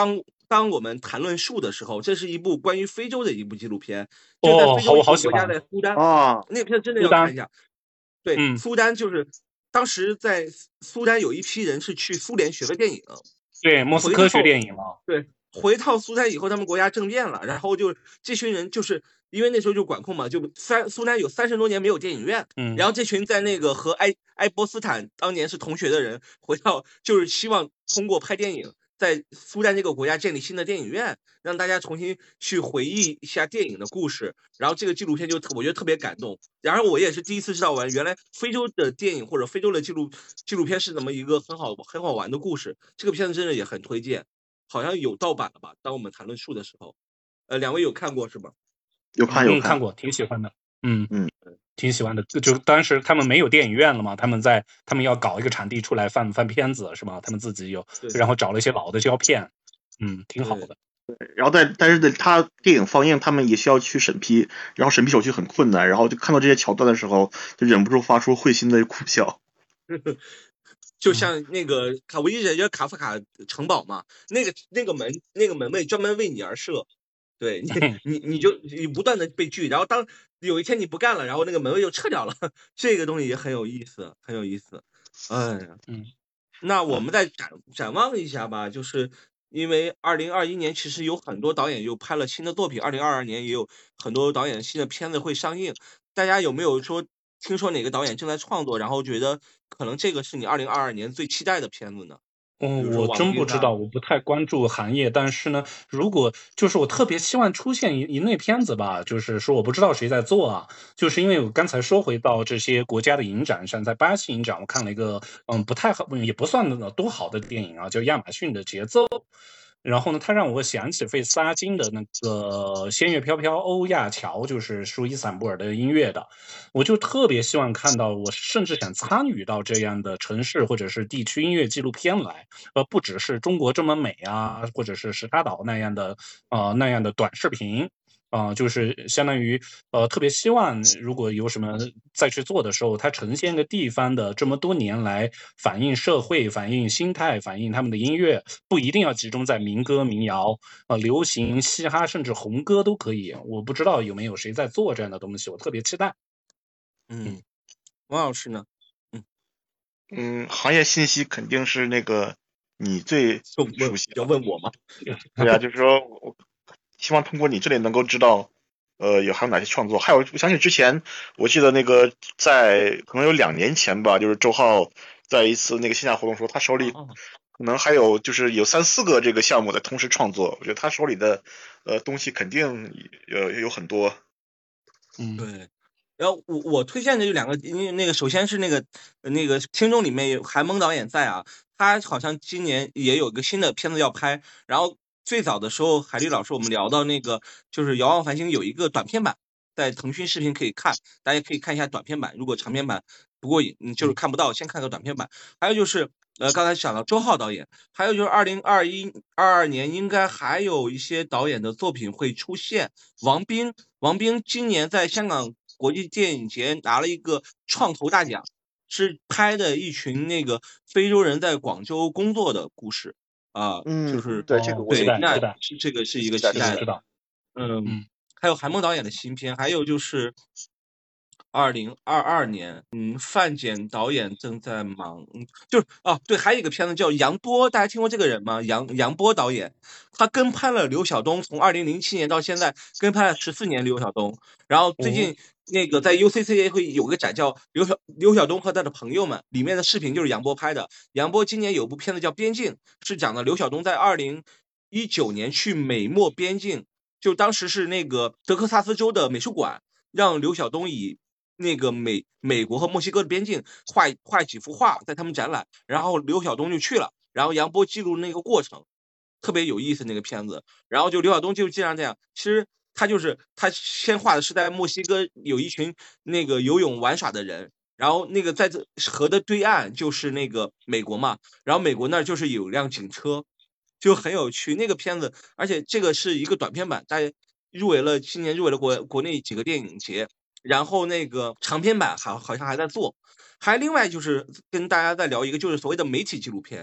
当我们谈论树的时候，这是一部关于非洲的一部纪录片，就在非洲一个国家，在苏丹啊， 那个片真的要看一下。对， 嗯， 苏丹就是当时在苏丹有一批人是去苏联学的电影， 对，莫斯科学电影了。对，回到苏丹以后，他们国家政变了，然后就这群人就是因为那时候就管控嘛，就三苏丹有三十多年没有电影院， 嗯， 然后这群在那个和埃埃波斯坦当年是同学的人回到，就是希望通过拍电影，在苏丹这个国家建立新的电影院，让大家重新去回忆一下电影的故事。然后这个纪录片就我觉得特别感动。然后我也是第一次知道完，原来非洲的电影或者非洲的纪录纪录片是怎么一个很好很好玩的故事。这个片子真的也很推荐，好像有盗版了吧？当我们谈论树的时候，呃，两位有看过是吧？ 有看有看、 嗯、看过，挺喜欢的。嗯嗯， 挺喜欢的。就当时他们没有电影院了嘛，他们在他们要搞一个场地出来放放片子是吧？他们自己有，然后找了一些老的胶片，嗯，挺好的。 对，然后但但是他电影放映，他们也需要去审批，然后审批手续很困难，然后就看到这些桥段的时候，就忍不住发出会心的苦笑。 就像那个卡维尔叫卡夫卡城堡嘛，那个那个门那个门卫专门为你而设，对你你你就你不断的被拒，然后当有一天你不干了，然后那个门卫又撤掉了，这个东西也很有意思，很有意思。哎呀， 嗯， 那我们再展展望一下吧，就是因为二零二一年其实有很多导演又拍了新的作品，二零二二年也有很多导演新的片子会上映，大家有没有说听说哪个导演正在创作，然后觉得可能这个是你二零二二年最期待的片子呢？ 嗯，我真不知道，我不太关注行业，但是呢，如果就是我特别希望出现一一类片子吧，就是说我不知道谁在做啊，就是因为我刚才说回到这些国家的影展上，在巴西影展，我看了一个嗯不太好，也不算多好的电影啊，叫亚马逊的节奏。然后呢，他让我想起费斯阿金的那个《仙乐飘飘欧亚桥》，就是舒伊散布尔的音乐的，我就特别希望看到，我甚至想参与到这样的城市或者是地区音乐纪录片来，而不只是中国这么美啊，或者是石塔岛那样的呃那样的短视频。啊、呃，就是相当于呃，特别希望如果有什么再去做的时候，它呈现一个地方的这么多年来反映社会、反映心态、反映他们的音乐，不一定要集中在民歌、民谣、呃流行、嘻哈，甚至红歌都可以。我不知道有没有谁在做这样的东西，我特别期待。 嗯，王老师呢？ 嗯嗯，行业信息肯定是那个你最熟悉的。 要问我吗？ 对啊，就是说我希望通过你这里能够知道，呃，有还有哪些创作。还有，我相信之前我记得那个在可能有两年前吧，就是周浩在一次那个线下活动说，他手里可能还有就是有三四个这个项目在同时创作。我觉得他手里的呃东西肯定呃有很多。 嗯， 对。然后我我推荐的有两个，因为那个首先是那个那个听众里面有韩蒙导演在啊，他好像今年也有一个新的片子要拍。然后最早的时候，海丽老师我们聊到那个就是《遥望繁星》有一个短片版，在腾讯视频可以看，大家可以看一下短片版。如果长片版不过瘾，嗯，就是看不到，先看个短片版。还有就是呃刚才讲到周浩导演，还有就是二零二一二二年应该还有一些导演的作品会出现。王斌，王斌今年在香港国际电影节拿了一个创投大奖，是拍的一群那个非洲人在广州工作的故事啊， 嗯， 就是对这个我对，那的这个是一个期待的， 嗯，还有韩梦导演的新片，还有就是二零二二年，嗯，范简导演正在忙，嗯，就是哦，对，还有一个片子叫杨波，大家听过这个人吗？杨杨波导演，他跟拍了刘晓东，从二零零七年到现在跟拍了十四年刘晓东。然后最近那个在 U C C A 会有个展叫刘晓刘晓东和他的朋友们，里面的视频就是杨波拍的。杨波今年有部片子叫《边境》，是讲的刘晓东在二零一九年去美墨边境，就当时是那个德克萨斯州的美术馆让刘晓东以那个美美国和墨西哥的边境画画几幅画在他们展览，然后刘晓东就去了，然后杨波记录那个过程，特别有意思那个片子。然后就刘晓东就经常这样，其实他就是他先画的是在墨西哥有一群那个游泳玩耍的人，然后那个在这河的对岸就是那个美国嘛，然后美国那儿就是有辆警车，就很有趣那个片子。而且这个是一个短片版，大家入围了今年入围了国国内几个电影节。然后那个长篇版好好像还在做。还另外就是跟大家再聊一个，就是所谓的媒体纪录片，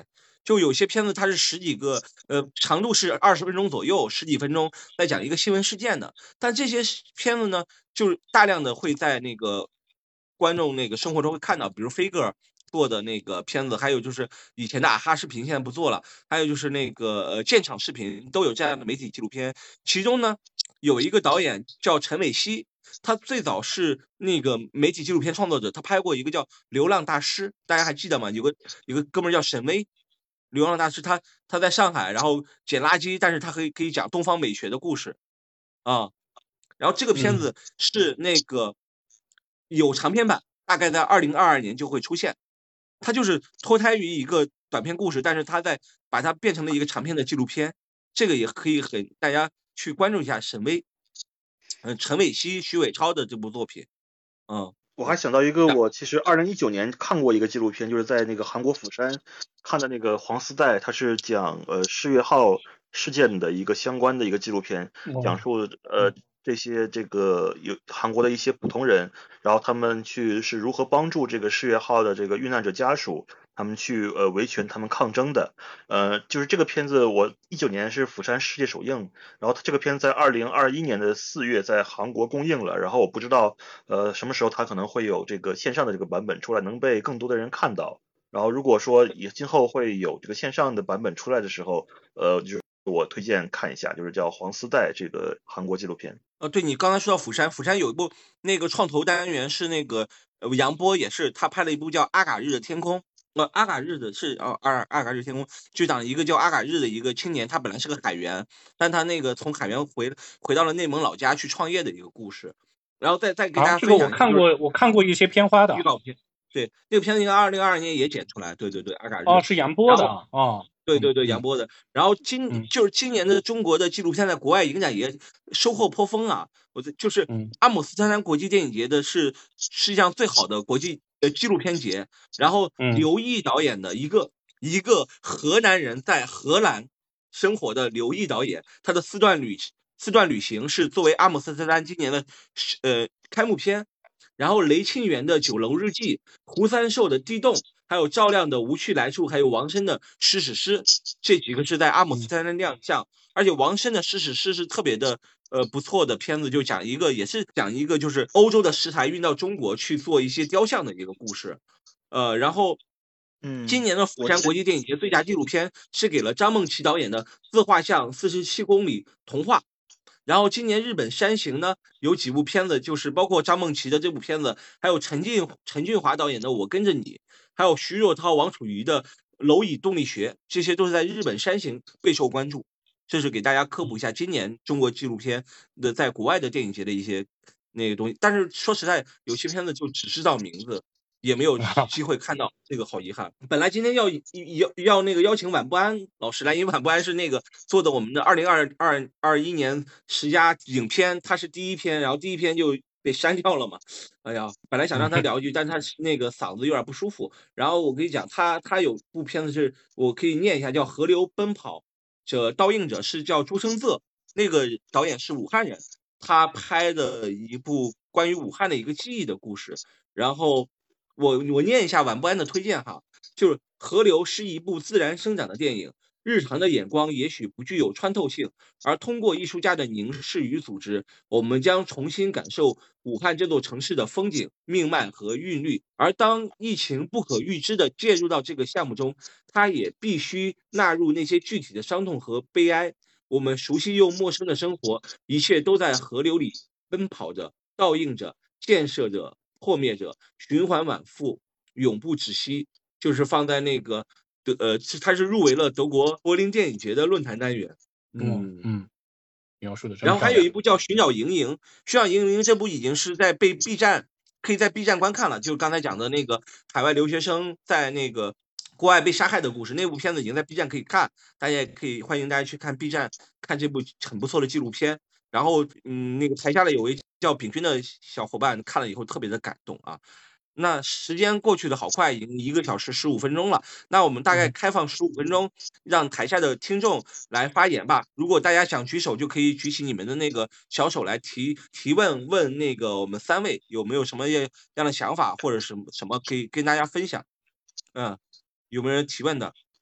就有些片子它是十几个，呃，长度是二十分钟左右，十几分钟在讲一个新闻事件的。但这些片子呢，就是大量的会在那个观众那个生活中会看到，比如飞哥做的那个片子，还有就是以前的啊哈视频现在不做了，还有就是那个呃现场视频都有这样的媒体纪录片。其中呢，有一个导演叫陈伟希。他最早是那个媒体纪录片创作者，他拍过一个叫《流浪大师》，大家还记得吗？有个有个哥们儿叫沈巍，流浪大师，他他在上海，然后捡垃圾，但是他可以可以讲东方美学的故事啊。然后这个片子是那个有长篇版，大概在二零二二年就会出现。它就是脱胎于一个短篇故事，但是他在把它变成了一个长篇的纪录片，这个也可以很大家去关注一下沈巍。嗯，陈伟希、徐伟超的这部作品，嗯， 我还想到一个，我其实二零一九年看过一个纪录片，就是在那个韩国釜山看的那个黄丝带，它是讲呃世越号事件的一个相关的一个纪录片，讲述呃这些这个有韩国的一些普通人，然后他们去是如何帮助这个世越号的这个遇难者家属，他们去呃维权，他们抗争的。呃，就是这个片子，我一九年是釜山世界首映，然后这个片子在二零二一年的四月在韩国公映了，然后我不知道呃什么时候它可能会有这个线上的这个版本出来，能被更多的人看到。然后如果说也今后会有这个线上的版本出来的时候，呃，就是我推荐看一下，就是叫《黄丝带》这个韩国纪录片。 呃，对，你刚才说到釜山，釜山有一部那个创投单元是那个呃杨波，也是他拍了一部叫《阿嘎日的天空》。呃，阿嘎日的是啊，阿阿嘎日天空就讲一个叫阿嘎日的一个青年，他本来是个海员，但他那个从海员回回到了内蒙老家去创业的一个故事。然后再再给大家分享、 啊，这个我看过，我看过一些片花的预告片。对，那个片子应该二零二二年也剪出来。对对对，阿嘎日。 哦，是杨波的哦。 对对对，杨波的。然后今、嗯、就是今年的中国的纪录片在国外影展也收获颇丰啊。我就是阿姆斯特丹国际电影节的是世界上最好的国际呃纪录片节。然后刘毅导演的一个、嗯、一个河南人在荷兰生活的刘毅导演，他的四段旅四段旅行是作为阿姆斯特丹今年的呃开幕片。然后雷庆元的《酒楼日记》，胡三寿的《地洞》，还有赵亮的《无趣来处》，还有王申的《诗史诗》，这几个是在阿姆斯特丹亮相。而且王申的《诗史诗》是特别的呃不错的片子，就讲一个也是讲一个就是欧洲的石材运到中国去做一些雕像的一个故事。呃，然后嗯， 今年的釜山国际电影节最佳纪录片是给了张梦琪导演的《自画像四十七公里童话》。然后今年日本山行呢有几部片子，就是包括张梦琪的这部片子，还有陈俊陈俊华导演的《我跟着你》，还有徐若涛、王楚瑜的《蝼蚁动力学》，这些都是在日本山行备受关注。这是给大家科普一下今年中国纪录片的在国外的电影节的一些那个东西。但是说实在，有些片子就只知道名字，也没有机会看到，这个好遗憾。本来今天要要要那个邀请晚不安老师来，因为晚不安是那个做的我们的二零二二二一年十佳影片，他是第一篇，然后第一篇就被删掉了嘛。哎呀，本来想让他聊一句，但是他那个嗓子有点不舒服。然后我跟你讲，他他有部片子是我可以念一下，叫《河流奔跑》，这倒映者是叫朱生泽，那个导演是武汉人，他拍的一部关于武汉的一个记忆的故事。然后我我念一下晚不安的推荐哈，就是《河流》是一部自然生长的电影，日常的眼光也许不具有穿透性，而通过艺术家的凝视与组织，我们将重新感受武汉这座城市的风景、命脉和韵律。而当疫情不可预知的介入到这个项目中，它也必须纳入那些具体的伤痛和悲哀。我们熟悉又陌生的生活，一切都在河流里奔跑着、倒映着、建设着、破灭着，循环往复，永不止息。就是放在那个德呃，它是入围了德国柏林电影节的论坛单元。 嗯嗯，描述的。 然后还有一部叫《寻找莹莹》，《寻找莹莹》这部已经是在被 B 站可以在 B 站观看了，就是刚才讲的那个海外留学生在那个国外被杀害的故事，那部片子已经在 B 站可以看，大家也可以欢迎大家去看 B 站看这部很不错的纪录片。然后嗯，那个台下的有位叫炳军的小伙伴看了以后特别的感动啊。那时间过去的好快，已经一个小时十五分钟了。那我们大概开放十五分钟，让台下的听众来发言吧。如果大家想举手，就可以举起你们的那个小手来提提问，问那个我们三位有没有什么样的想法，或者什么什么可以跟大家分享。嗯，有没有人提问的？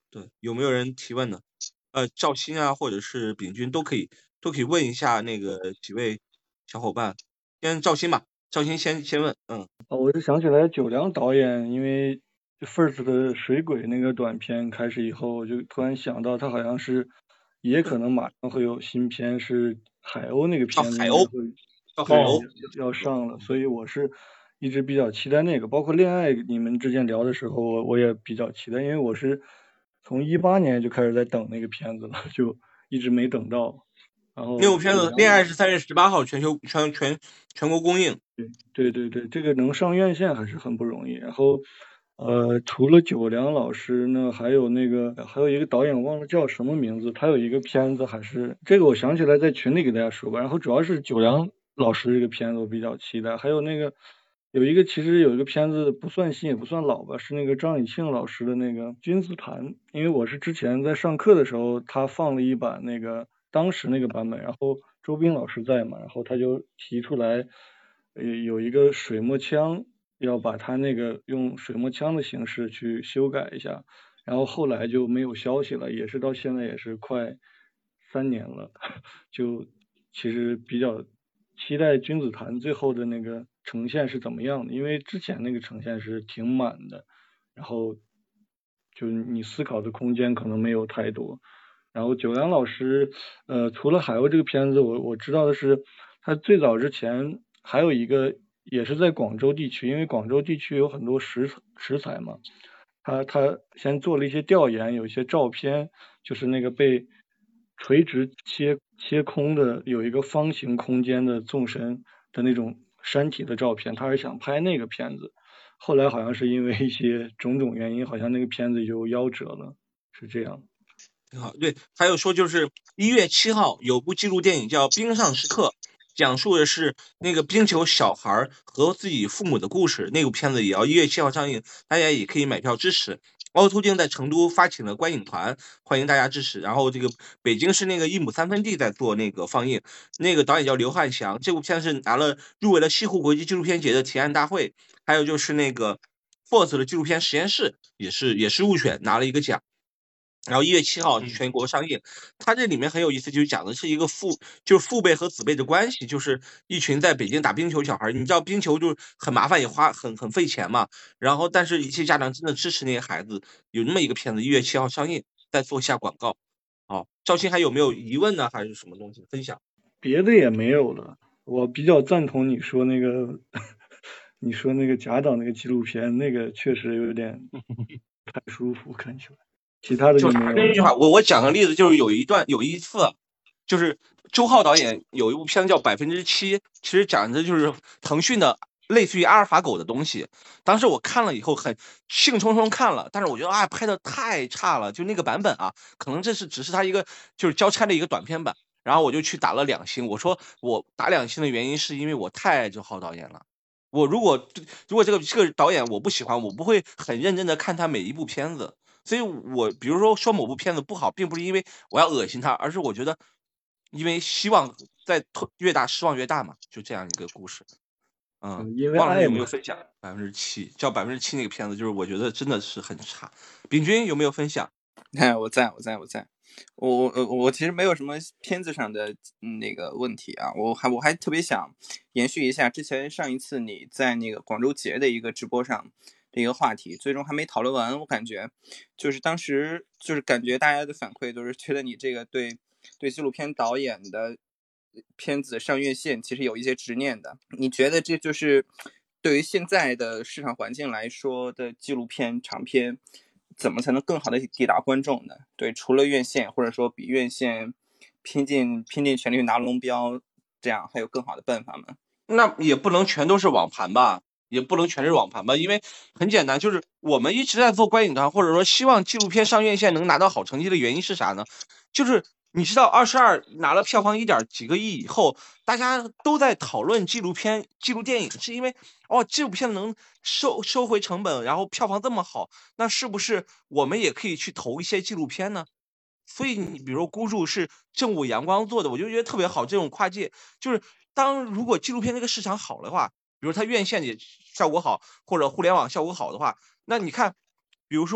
对，有没有人提问呢？呃，赵鑫啊，或者是秉军都可以，都可以问一下那个几位小伙伴。先赵鑫吧，赵鑫先先问，嗯。 哦，我是想起来九良导演，因为 First 的水鬼那个短片开始以后，我就突然想到他好像是也可能马上会有新片，是海鸥那个片子海鸥， 会海鸥要上了，所以我是一直比较期待那个。包括恋爱，你们之前聊的时候，我我也比较期待，因为我是从一八年就开始在等那个片子了，就一直没等到。然后那部片子《恋爱》是三月十八号全球全全全国公映。 对对对对，这个能上院线还是很不容易。然后呃，除了九良老师呢，还有那个还有一个导演忘了叫什么名字，他有一个片子还是这个我想起来在群里给大家说吧。然后主要是九良老师这个片子我比较期待，还有那个有一个其实有一个片子不算新也不算老吧，是那个张以庆老师的那个《君子坛》，因为我是之前在上课的时候他放了一版那个当时那个版本，然后周斌老师在嘛，然后他就提出来呃有一个水墨枪，要把他那个用水墨枪的形式去修改一下，然后后来就没有消息了，也是到现在也是快三年了，就其实比较期待君子坛最后的那个呈现是怎么样的，因为之前那个呈现是挺满的，然后就你思考的空间可能没有太多。然后九良老师呃除了海鸥这个片子，我我知道的是他最早之前还有一个也是在广州地区，因为广州地区有很多食食材嘛，他他先做了一些调研，有一些照片就是那个被垂直切切空的有一个方形空间的纵深的那种山体的照片，他是想拍那个片子，后来好像是因为一些种种原因，好像那个片子就夭折了，是这样。 挺好，对，还有说就是一月七号有部纪录电影叫《冰上时刻》，讲述的是那个冰球小孩和自己父母的故事。那部片子也要一月七号上映，大家也可以买票支持。凹凸镜在成都发起了观影团，欢迎大家支持。然后这个北京是那个一亩三分地在做那个放映，那个导演叫刘汉祥，这部片是拿了入围了西湖国际纪录片节的提案大会，还有就是那个 Force 的纪录片实验室也是也是入选拿了一个奖。然后一月七号全国上映，它这里面很有意思，就是讲的是一个父，就是父辈和子辈的关系，就是一群在北京打冰球小孩，你知道冰球就很麻烦，也花很很费钱嘛。然后，但是一些家长真的支持那些孩子，有那么一个片子，一月七号上映，再做一下广告。好，赵鑫还有没有疑问呢？还是什么东西分享？ 别的也没有了，我比较赞同你说那个，你说那个贾导那个纪录片，那个确实有点不太舒服，看起来。其他的就没有。 那句话，我我讲个例子，就是有一段有一次，就是周浩导演有一部片子叫《百分之七》，其实讲的就是腾讯的类似于阿尔法狗的东西。当时我看了以后很兴冲冲看了，但是我觉得啊拍的太差了，就那个版本啊，可能这是只是他一个就是交差的一个短片版，然后我就去打了两星。我说我打两星的原因是因为我太爱周浩导演了。我如果如果这个这个导演我不喜欢，我不会很认真的看他每一部片子。所以我比如说说某部片子不好，并不是因为我要恶心他，而是我觉得因为希望在越大失望越大嘛，就这样一个故事。嗯， 因为忘了有没有分享百分之七叫百分之七那个片子，就是我觉得真的是很差。秉军有没有分享？ 哎，我在我在我在我我我其实没有什么片子上的那个问题啊，我还我还特别想延续一下之前上一次你在那个广州节的一个直播上的一个话题，最终还没讨论完。我感觉就是当时就是感觉大家的反馈都是觉得你这个对对纪录片导演的片子上院线其实有一些执念的。你觉得这就是对于现在的市场环境来说的纪录片长片怎么才能更好的抵达观众呢？对，除了院线，或者说比院线拼尽拼尽全力去拿龙标，这样还有更好的办法吗？ 那也不能全都是网盘吧，也不能全是网盘吧，因为很简单，就是我们一直在做观影团，或者说希望纪录片上院线能拿到好成绩的原因是啥呢？就是你知道二十二拿了票房一点几个亿以后，大家都在讨论纪录片、纪录电影，是因为哦，纪录片能收收回成本，然后票房这么好，那是不是我们也可以去投一些纪录片呢？所以你比如说孤注是正午阳光做的，我就觉得特别好。这种跨界就是当如果纪录片这个市场好的话，比如它院线也效果好，或者互联网效果好的话，那你看，比如说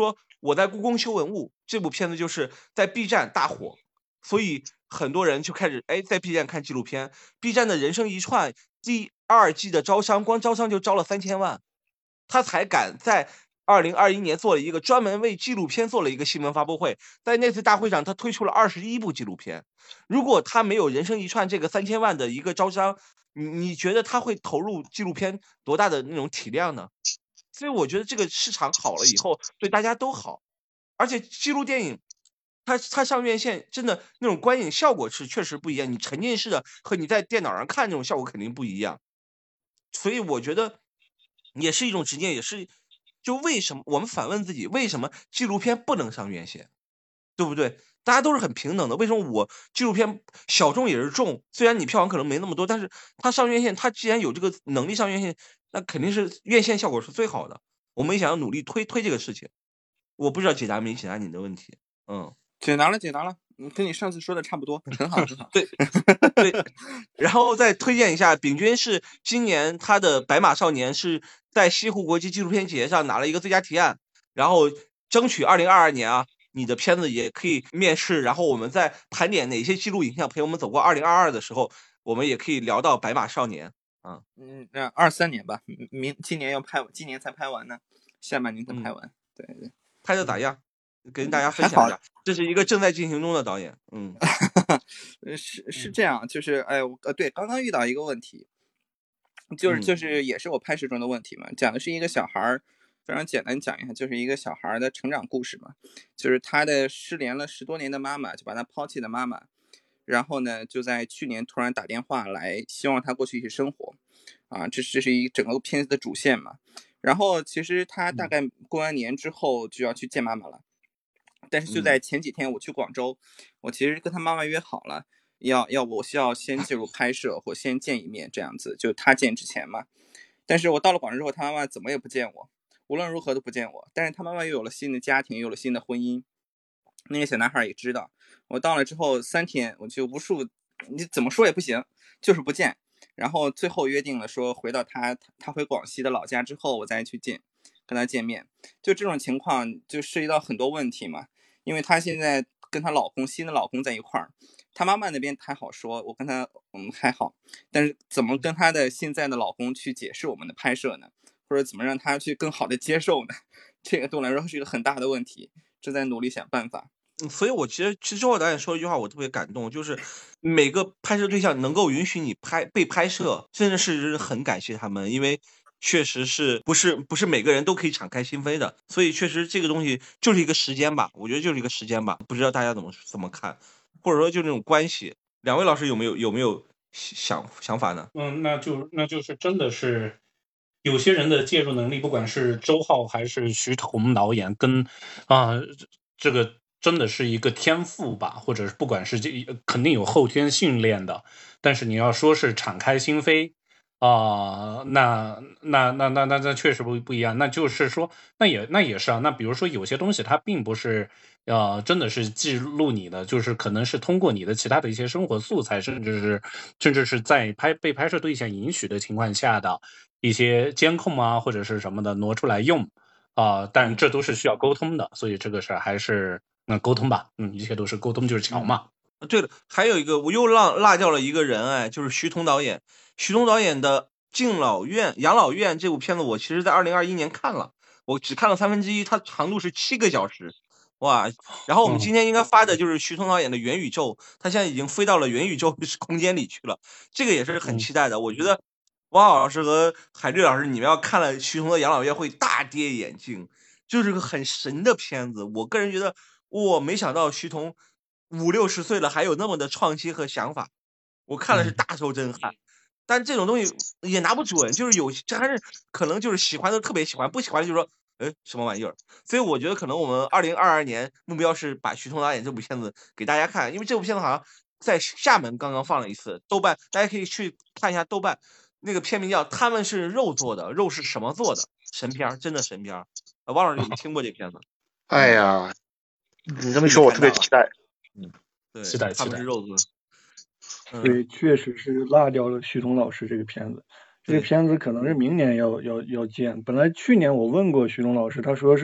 我在故宫修文物这部片子就是在 B 站大火，所以很多人就开始哎在 B 站看纪录片。B 站的人生一串第二季的招商，光招商就招了三千万，他才敢在二零二一年做了一个专门为纪录片做了一个新闻发布会。在那次大会上，他推出了二十一部纪录片。如果他没有人生一串这个三千万的一个招商，你你觉得他会投入纪录片多大的那种体量呢？所以我觉得这个市场好了以后，对大家都好。而且纪录电影，它它上院线真的那种观影效果是确实不一样，你沉浸式的和你在电脑上看这种效果肯定不一样。所以我觉得也是一种执念，也是就为什么我们反问自己，为什么纪录片不能上院线，对不对？大家都是很平等的，为什么我纪录片小众也是重？虽然你票房可能没那么多，但是它上院线，它既然有这个能力上院线，那肯定是院线效果是最好的。我们也想要努力推推这个事情。我不知道解答没解答你的问题。嗯， 解答了，解答了，跟你上次说的差不多，很好，很好。 对对，然后再推荐一下，秉君是今年他的《白马少年》是在西湖国际纪录片节上拿了一个最佳提案，然后争取二零二二年啊。你的片子也可以面试，然后我们再盘点哪些记录影像陪我们走过二零二二的时候，我们也可以聊到《白马少年》啊。 嗯，那二三年吧，明今年要拍，今年才拍完呢，下半年才拍完。嗯、对对， 拍的咋样？跟大家分享一下。这是一个正在进行中的导演。嗯， 是是这样，就是哎，呃，对，刚刚遇到一个问题，就是就是也是我拍摄中的问题嘛，讲的是一个小孩儿。非常简单讲一下，就是一个小孩的成长故事嘛，就是他的失联了十多年的妈妈，就把他抛弃的妈妈，然后呢，就在去年突然打电话来，希望他过去一起生活，啊，这这是一整个片子的主线嘛。然后其实他大概过完年之后就要去见妈妈了，但是就在前几天我去广州，我其实跟他妈妈约好了，要要我需要先介入拍摄或先见一面这样子，就他见之前嘛。但是我到了广州之后，他妈妈怎么也不见我。无论如何都不见我，但是他妈妈又有了新的家庭，有了新的婚姻。那个小男孩也知道，我到了之后三天，我就无数，你怎么说也不行，就是不见。然后最后约定了说，回到他他回广西的老家之后，我再去见，跟他见面。就这种情况，就涉及到很多问题嘛。因为他现在跟他老公新的老公在一块儿，他妈妈那边还好说，我跟他嗯还好，但是怎么跟他的现在的老公去解释我们的拍摄呢？或者怎么让他去更好的接受呢？这个对我来说是一个很大的问题，正在努力想办法。 嗯，所以我其实其实周浩导演说一句话我特别感动，就是每个拍摄对象能够允许你拍被拍摄，真的是很感谢他们，因为确实是不是不是每个人都可以敞开心扉的，所以确实这个东西就是一个时间吧，我觉得就是一个时间吧，不知道大家怎么怎么看，或者说就那种关系，两位老师有没有有没有想想法呢？ 嗯，那就那就是真的是。有些人的介入能力，不管是周浩还是徐彤导演，跟啊、呃、这个真的是一个天赋吧，或者是不管是这肯定有后天训练的，但是你要说是敞开心扉啊、呃，那那那那那那确实不不一样。那就是说，那也那也是啊。那比如说有些东西它并不是呃真的是记录你的，就是可能是通过你的其他的一些生活素材，甚至是甚至是在拍被拍摄对象允许的情况下的。一些监控啊，或者是什么的挪出来用啊、呃，但这都是需要沟通的，所以这个事儿还是那、嗯、沟通吧，嗯，一切都是沟通就是桥嘛。 嗯、对了，还有一个我又落落掉了一个人哎，就是徐彤导演。徐彤导演的《敬老院养老院》这部片子，我其实在二零二一年看了，我只看了三分之一，它长度是七个小时，哇！然后我们今天应该发的就是徐彤导演的《元宇宙》，他现在已经飞到了元宇宙空间里去了，这个也是很期待的，我觉得。汪老师和海瑞老师，你们要看了徐彤的养老院会大跌眼镜，就是个很神的片子。我个人觉得，我没想到徐彤五六十岁了还有那么的创新和想法，我看了是大受震撼。但这种东西也拿不准，就是有这还是可能就是喜欢的特别喜欢，不喜欢就说哎什么玩意儿。所以我觉得可能我们二零二二年目标是把徐彤导演这部片子给大家看，因为这部片子好像在厦门刚刚放了一次，豆瓣大家可以去看一下豆瓣。那个片名叫《他们是肉做的》，肉是什么做的？神片，真的神片。啊，王老师有没有听过这片子？ 哎呀，你这么说，我特别期待。 嗯，对， 期待， 他们是肉做的。 嗯、对，确实是落掉了徐彤老师这个片子。这个片子可能是明年要要要见。本来去年我问过徐彤老师，他说是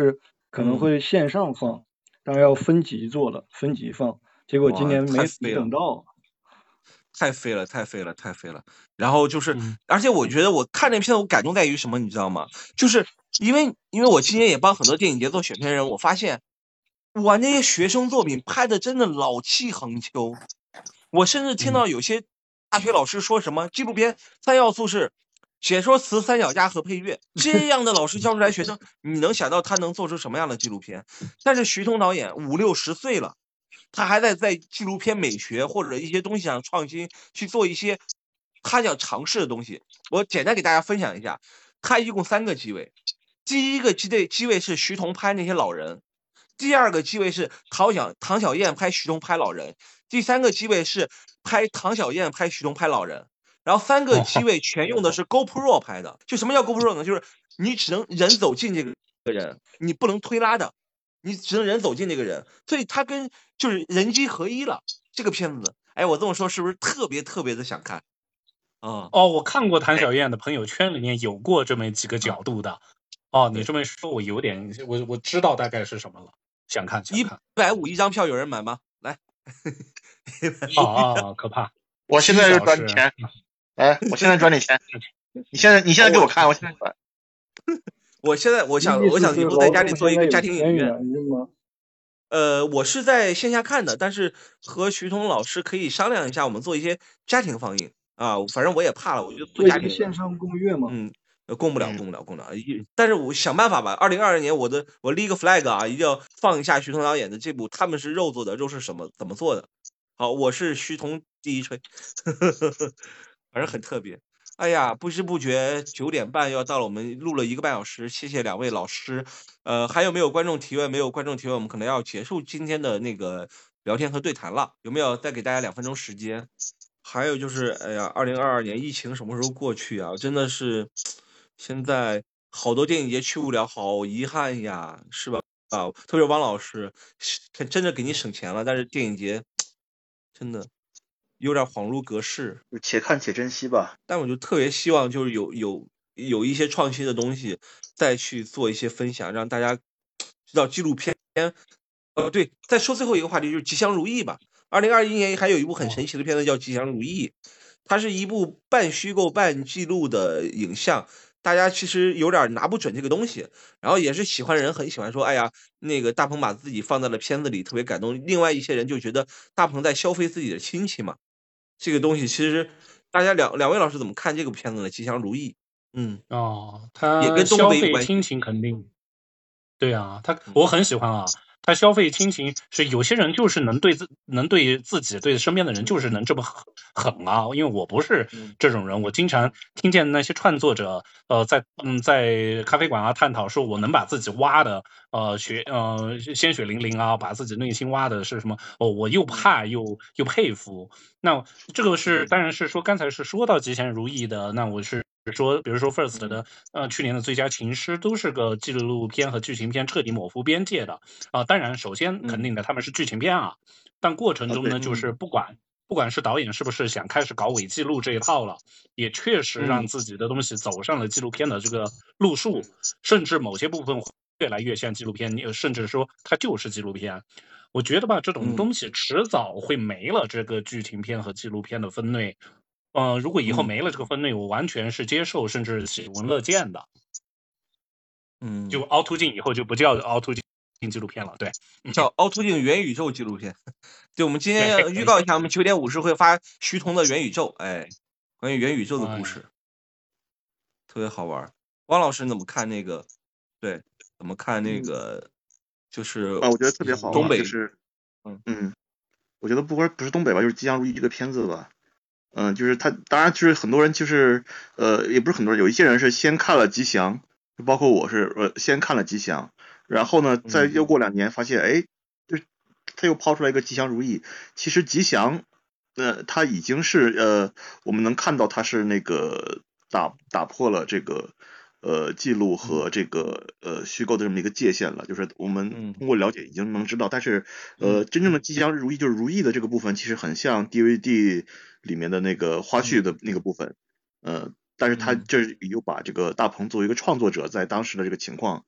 可能会线上放，当然要分级做的，分级放。结果今年没没等到。 太飞了，太飞了，太飞了。然后就是， 嗯、 而且我觉得我看这片子，我感动在于什么，你知道吗？就是因为因为我今年也帮很多电影节做选片人，我发现，哇，那些学生作品拍的真的老气横秋。我甚至听到有些大学老师说什么，纪录片三要素是解说词、三脚架和配乐，这样的老师教出来学生，你能想到他能做出什么样的纪录片？但是徐彤导演五六十岁了。他还在在纪录片美学或者一些东西上创新，去做一些他想尝试的东西。我简单给大家分享一下，他一共三个机位，第一个机位机位是徐彤拍那些老人，第二个机位是唐小唐小燕拍徐彤拍老人，第三个机位是拍唐小燕拍徐彤拍老人。然后三个机位全用的是 GoPro 拍的。就什么叫 GoPro 呢？就是你只能人走近这个人，你不能推拉的。你只能人走进这个人，所以他跟就是人机合一了。这个片子，哎，我这么说是不是特别特别的想看？啊、 嗯，哦，我看过谭小燕的朋友圈里面有过这么几个角度的。哦，你这么说，我有点，我我知道大概是什么了，想看想看。 一百五一张票，有人买吗？来， 啊啊，可怕！ 我现在就转你钱，哎，我现在转你钱，你现在你现在给我看，我现在转。 我现在我想我想以后在家里做一个家庭影院。呃，我是在线下看的，但是和徐彤老师可以商量一下，我们做一些家庭放映啊。反正我也怕了，我就做家庭线上共阅嘛。 嗯，供不了，供不了，供不了。但是我想办法吧。二零二二年，我的我立个 flag 啊，一定要放一下徐彤导演的这部《他们是肉做的，肉是什么怎么做的》。好，我是徐彤第一吹，反正很特别。哎呀，不知不觉九点半要到了，我们录了一个半小时，谢谢两位老师。呃，还有没有观众提问？没有观众提问，我们可能要结束今天的那个聊天和对谈了。有没有再给大家两分钟时间？还有就是，哎呀，二零二二年疫情什么时候过去啊？真的是，现在好多电影节去不了，好遗憾呀，是吧？啊，特别是汪老师，真的给你省钱了，但是电影节真的有点恍如隔世， 就且看且珍惜吧。 但我就特别希望就是有有有一些创新的东西再去做一些分享，让大家知道纪录片。呃，对，再说最后一个话题就是《吉祥如意》吧。二零二一年还有一部很神奇的片子叫《吉祥如意》，它是一部半虚构半记录的影像。大家其实有点拿不准这个东西，然后也是喜欢人很喜欢说，哎呀，那个大鹏把自己放在了片子里，特别感动。另外一些人就觉得大鹏在消费自己的亲戚嘛。这个东西其实大家两两位老师怎么看这个片子呢？吉祥如意，嗯， 哦，他也跟消费亲情肯定，对啊，他我很喜欢啊。他消费亲情是有些人就是能对自能对自己对身边的人就是能这么狠啊，因为我不是这种人，我经常听见那些创作者呃在嗯在咖啡馆啊探讨说我能把自己挖的呃血呃鲜血淋淋啊，把自己内心挖的是什么哦，我又怕又又佩服。那这个是当然是说刚才是说到吉祥如意的，那我是说比如说 First 的呃去年的最佳情诗都是个纪录片和剧情片彻底模糊边界的啊、呃。当然首先肯定的他们是剧情片啊，但过程中呢就是不管不管是导演是不是想开始搞伪记录这一套了，也确实让自己的东西走上了纪录片的这个路数，甚至某些部分越来越像纪录片，你甚至说它就是纪录片。我觉得吧，这种东西迟早会没了这个剧情片和纪录片的分类。呃，如果以后没了这个分类，我完全是接受甚至喜闻乐见的。 嗯， 就凹凸镜以后就不叫凹凸镜纪录片了，对， 叫凹凸镜元宇宙纪录片。对，我们今天预告一下，我们九点五十会发徐彤的元宇宙，哎，关于元宇宙的故事，哎、特别好玩。汪老师怎么看那个？对，怎么看那个？嗯、就是啊，我觉得特别好、啊， 东北就是嗯嗯，我觉得不光不是东北吧，就是吉祥如意这个片子吧。嗯，就是他，当然就是很多人就是，呃，也不是很多人，有一些人是先看了吉祥，就包括我是，呃，先看了吉祥，然后呢，再又过两年发现，哎，就他又抛出来一个吉祥如意。其实吉祥，呃，他已经是，呃，我们能看到他是那个打打破了这个，呃，记录和这个，呃，虚构的这么一个界限了。就是我们通过了解已经能知道，但是，呃，真正的吉祥如意就是如意的这个部分，其实很像 D V D。里面的那个花絮的那个部分，呃，但是他这又把这个大鹏作为一个创作者，在当时的这个情况，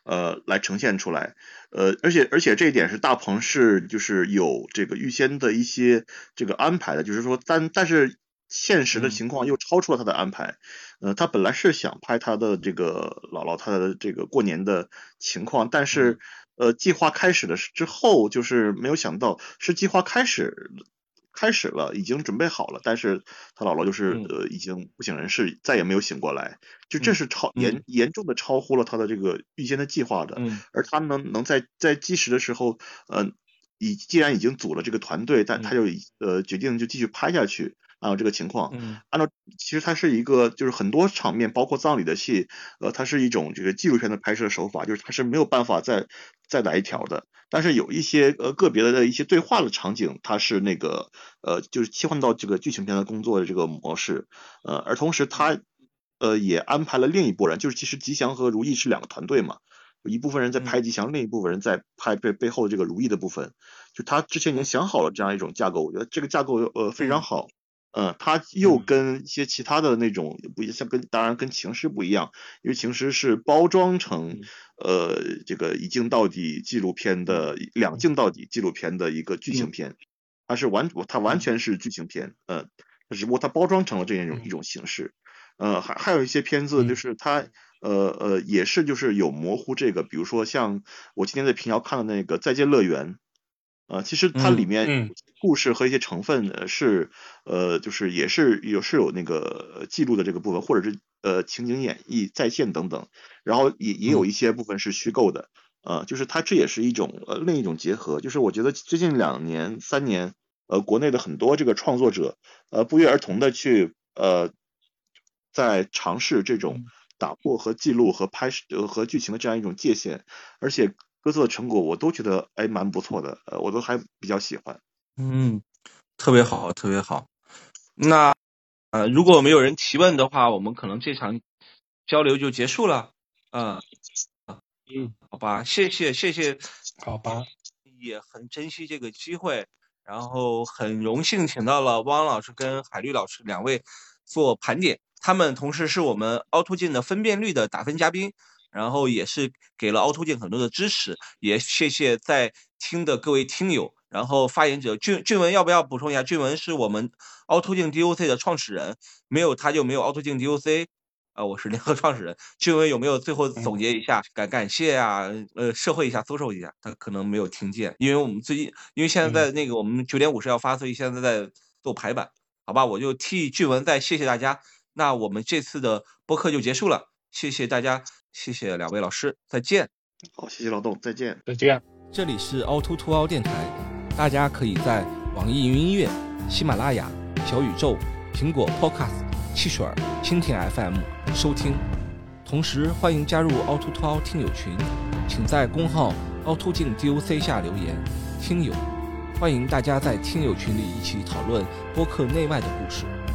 呃来呈现出来。呃，而且而且这一点是大鹏是就是有这个预先的一些这个安排的，就是说但但是现实的情况又超出了他的安排。呃，他本来是想拍他的这个姥姥他的这个过年的情况，但是呃计划开始的之后，就是没有想到是计划开始开始了，已经准备好了，但是他姥姥就是呃已经不省人事，再也没有醒过来。就这是超严严重的超乎了他的这个预先的计划的，而他能能在在及时的时候，呃，已既然已经组了这个团队，但他就呃决定就继续拍下去。按照这个情况，按照其实它是一个就是很多场面，包括葬礼的戏，呃，它是一种这个纪录片的拍摄手法，就是它是没有办法再再来一条的。但是有一些呃个别的一些对话的场景，它是那个呃就是切换到这个剧情片的工作的这个模式，呃，而同时它呃也安排了另一拨人，就是其实吉祥和如意是两个团队嘛，有一部分人在拍吉祥，另一部分人在拍背背后这个如意的部分，就他之前已经想好了这样一种架构，我觉得这个架构呃非常好。呃，它又跟一些其他的那种不一样，像跟当然跟情诗不一样，因为情诗是包装成呃这个一镜到底纪录片的两镜到底纪录片的一个剧情片，它是完它完全是剧情片，呃，只不过它包装成了这样一种一种形式。呃，还还有一些片子就是它呃呃也是就是有模糊这个，比如说像我今天在平遥看的那个《再见乐园》。呃，其实它里面故事和一些成分呃是呃，就是也是有是有那个记录的这个部分，或者是呃情景演绎再现等等，然后也也有一些部分是虚构的，呃，就是它这也是一种呃另一种结合，就是我觉得最近两年三年，呃，国内的很多这个创作者呃不约而同的去呃在尝试这种打破和记录和拍摄呃和剧情的这样一种界限，而且各自的成果我都觉得哎蛮不错的，呃，我都还比较喜欢。 嗯，特别好，特别好。那呃，如果没有人提问的话，我们可能这场交流就结束了。嗯、呃，嗯，好吧，谢谢谢谢， 好吧， 也很珍惜这个机会，然后很荣幸请到了汪老师跟海绿老师两位做盘点，他们同时是我们凹凸镜的分辨率的打分嘉宾。然后也是给了凹凸镜很多的支持，也谢谢在听的各位听友。然后发言者俊俊文要不要补充一下？俊文是我们凹凸镜 D O C 的创始人，没有他就没有凹凸镜 D O C。啊、呃，我是联合创始人。俊文有没有最后总结一下？感感谢啊，呃，社会一下，搜售一下，他可能没有听见，因为我们最近因为现在在那个我们九点五十要发，所以现在在做排版，好吧？我就替俊文再谢谢大家。那我们这次的播客就结束了，谢谢大家。谢谢两位老师，再见。 好，谢谢老豆，再见。 再见。 这里是凹凸凸凹电台，大家可以在网易云音乐、喜马拉雅、小宇宙、苹果 Podcast、汽水、蜻蜓 F M 收听。同时欢迎加入凹凸凸凹听友群，请在公号凹凸镜 D O C 下留言。听友，欢迎大家在听友群里一起讨论播客内外的故事。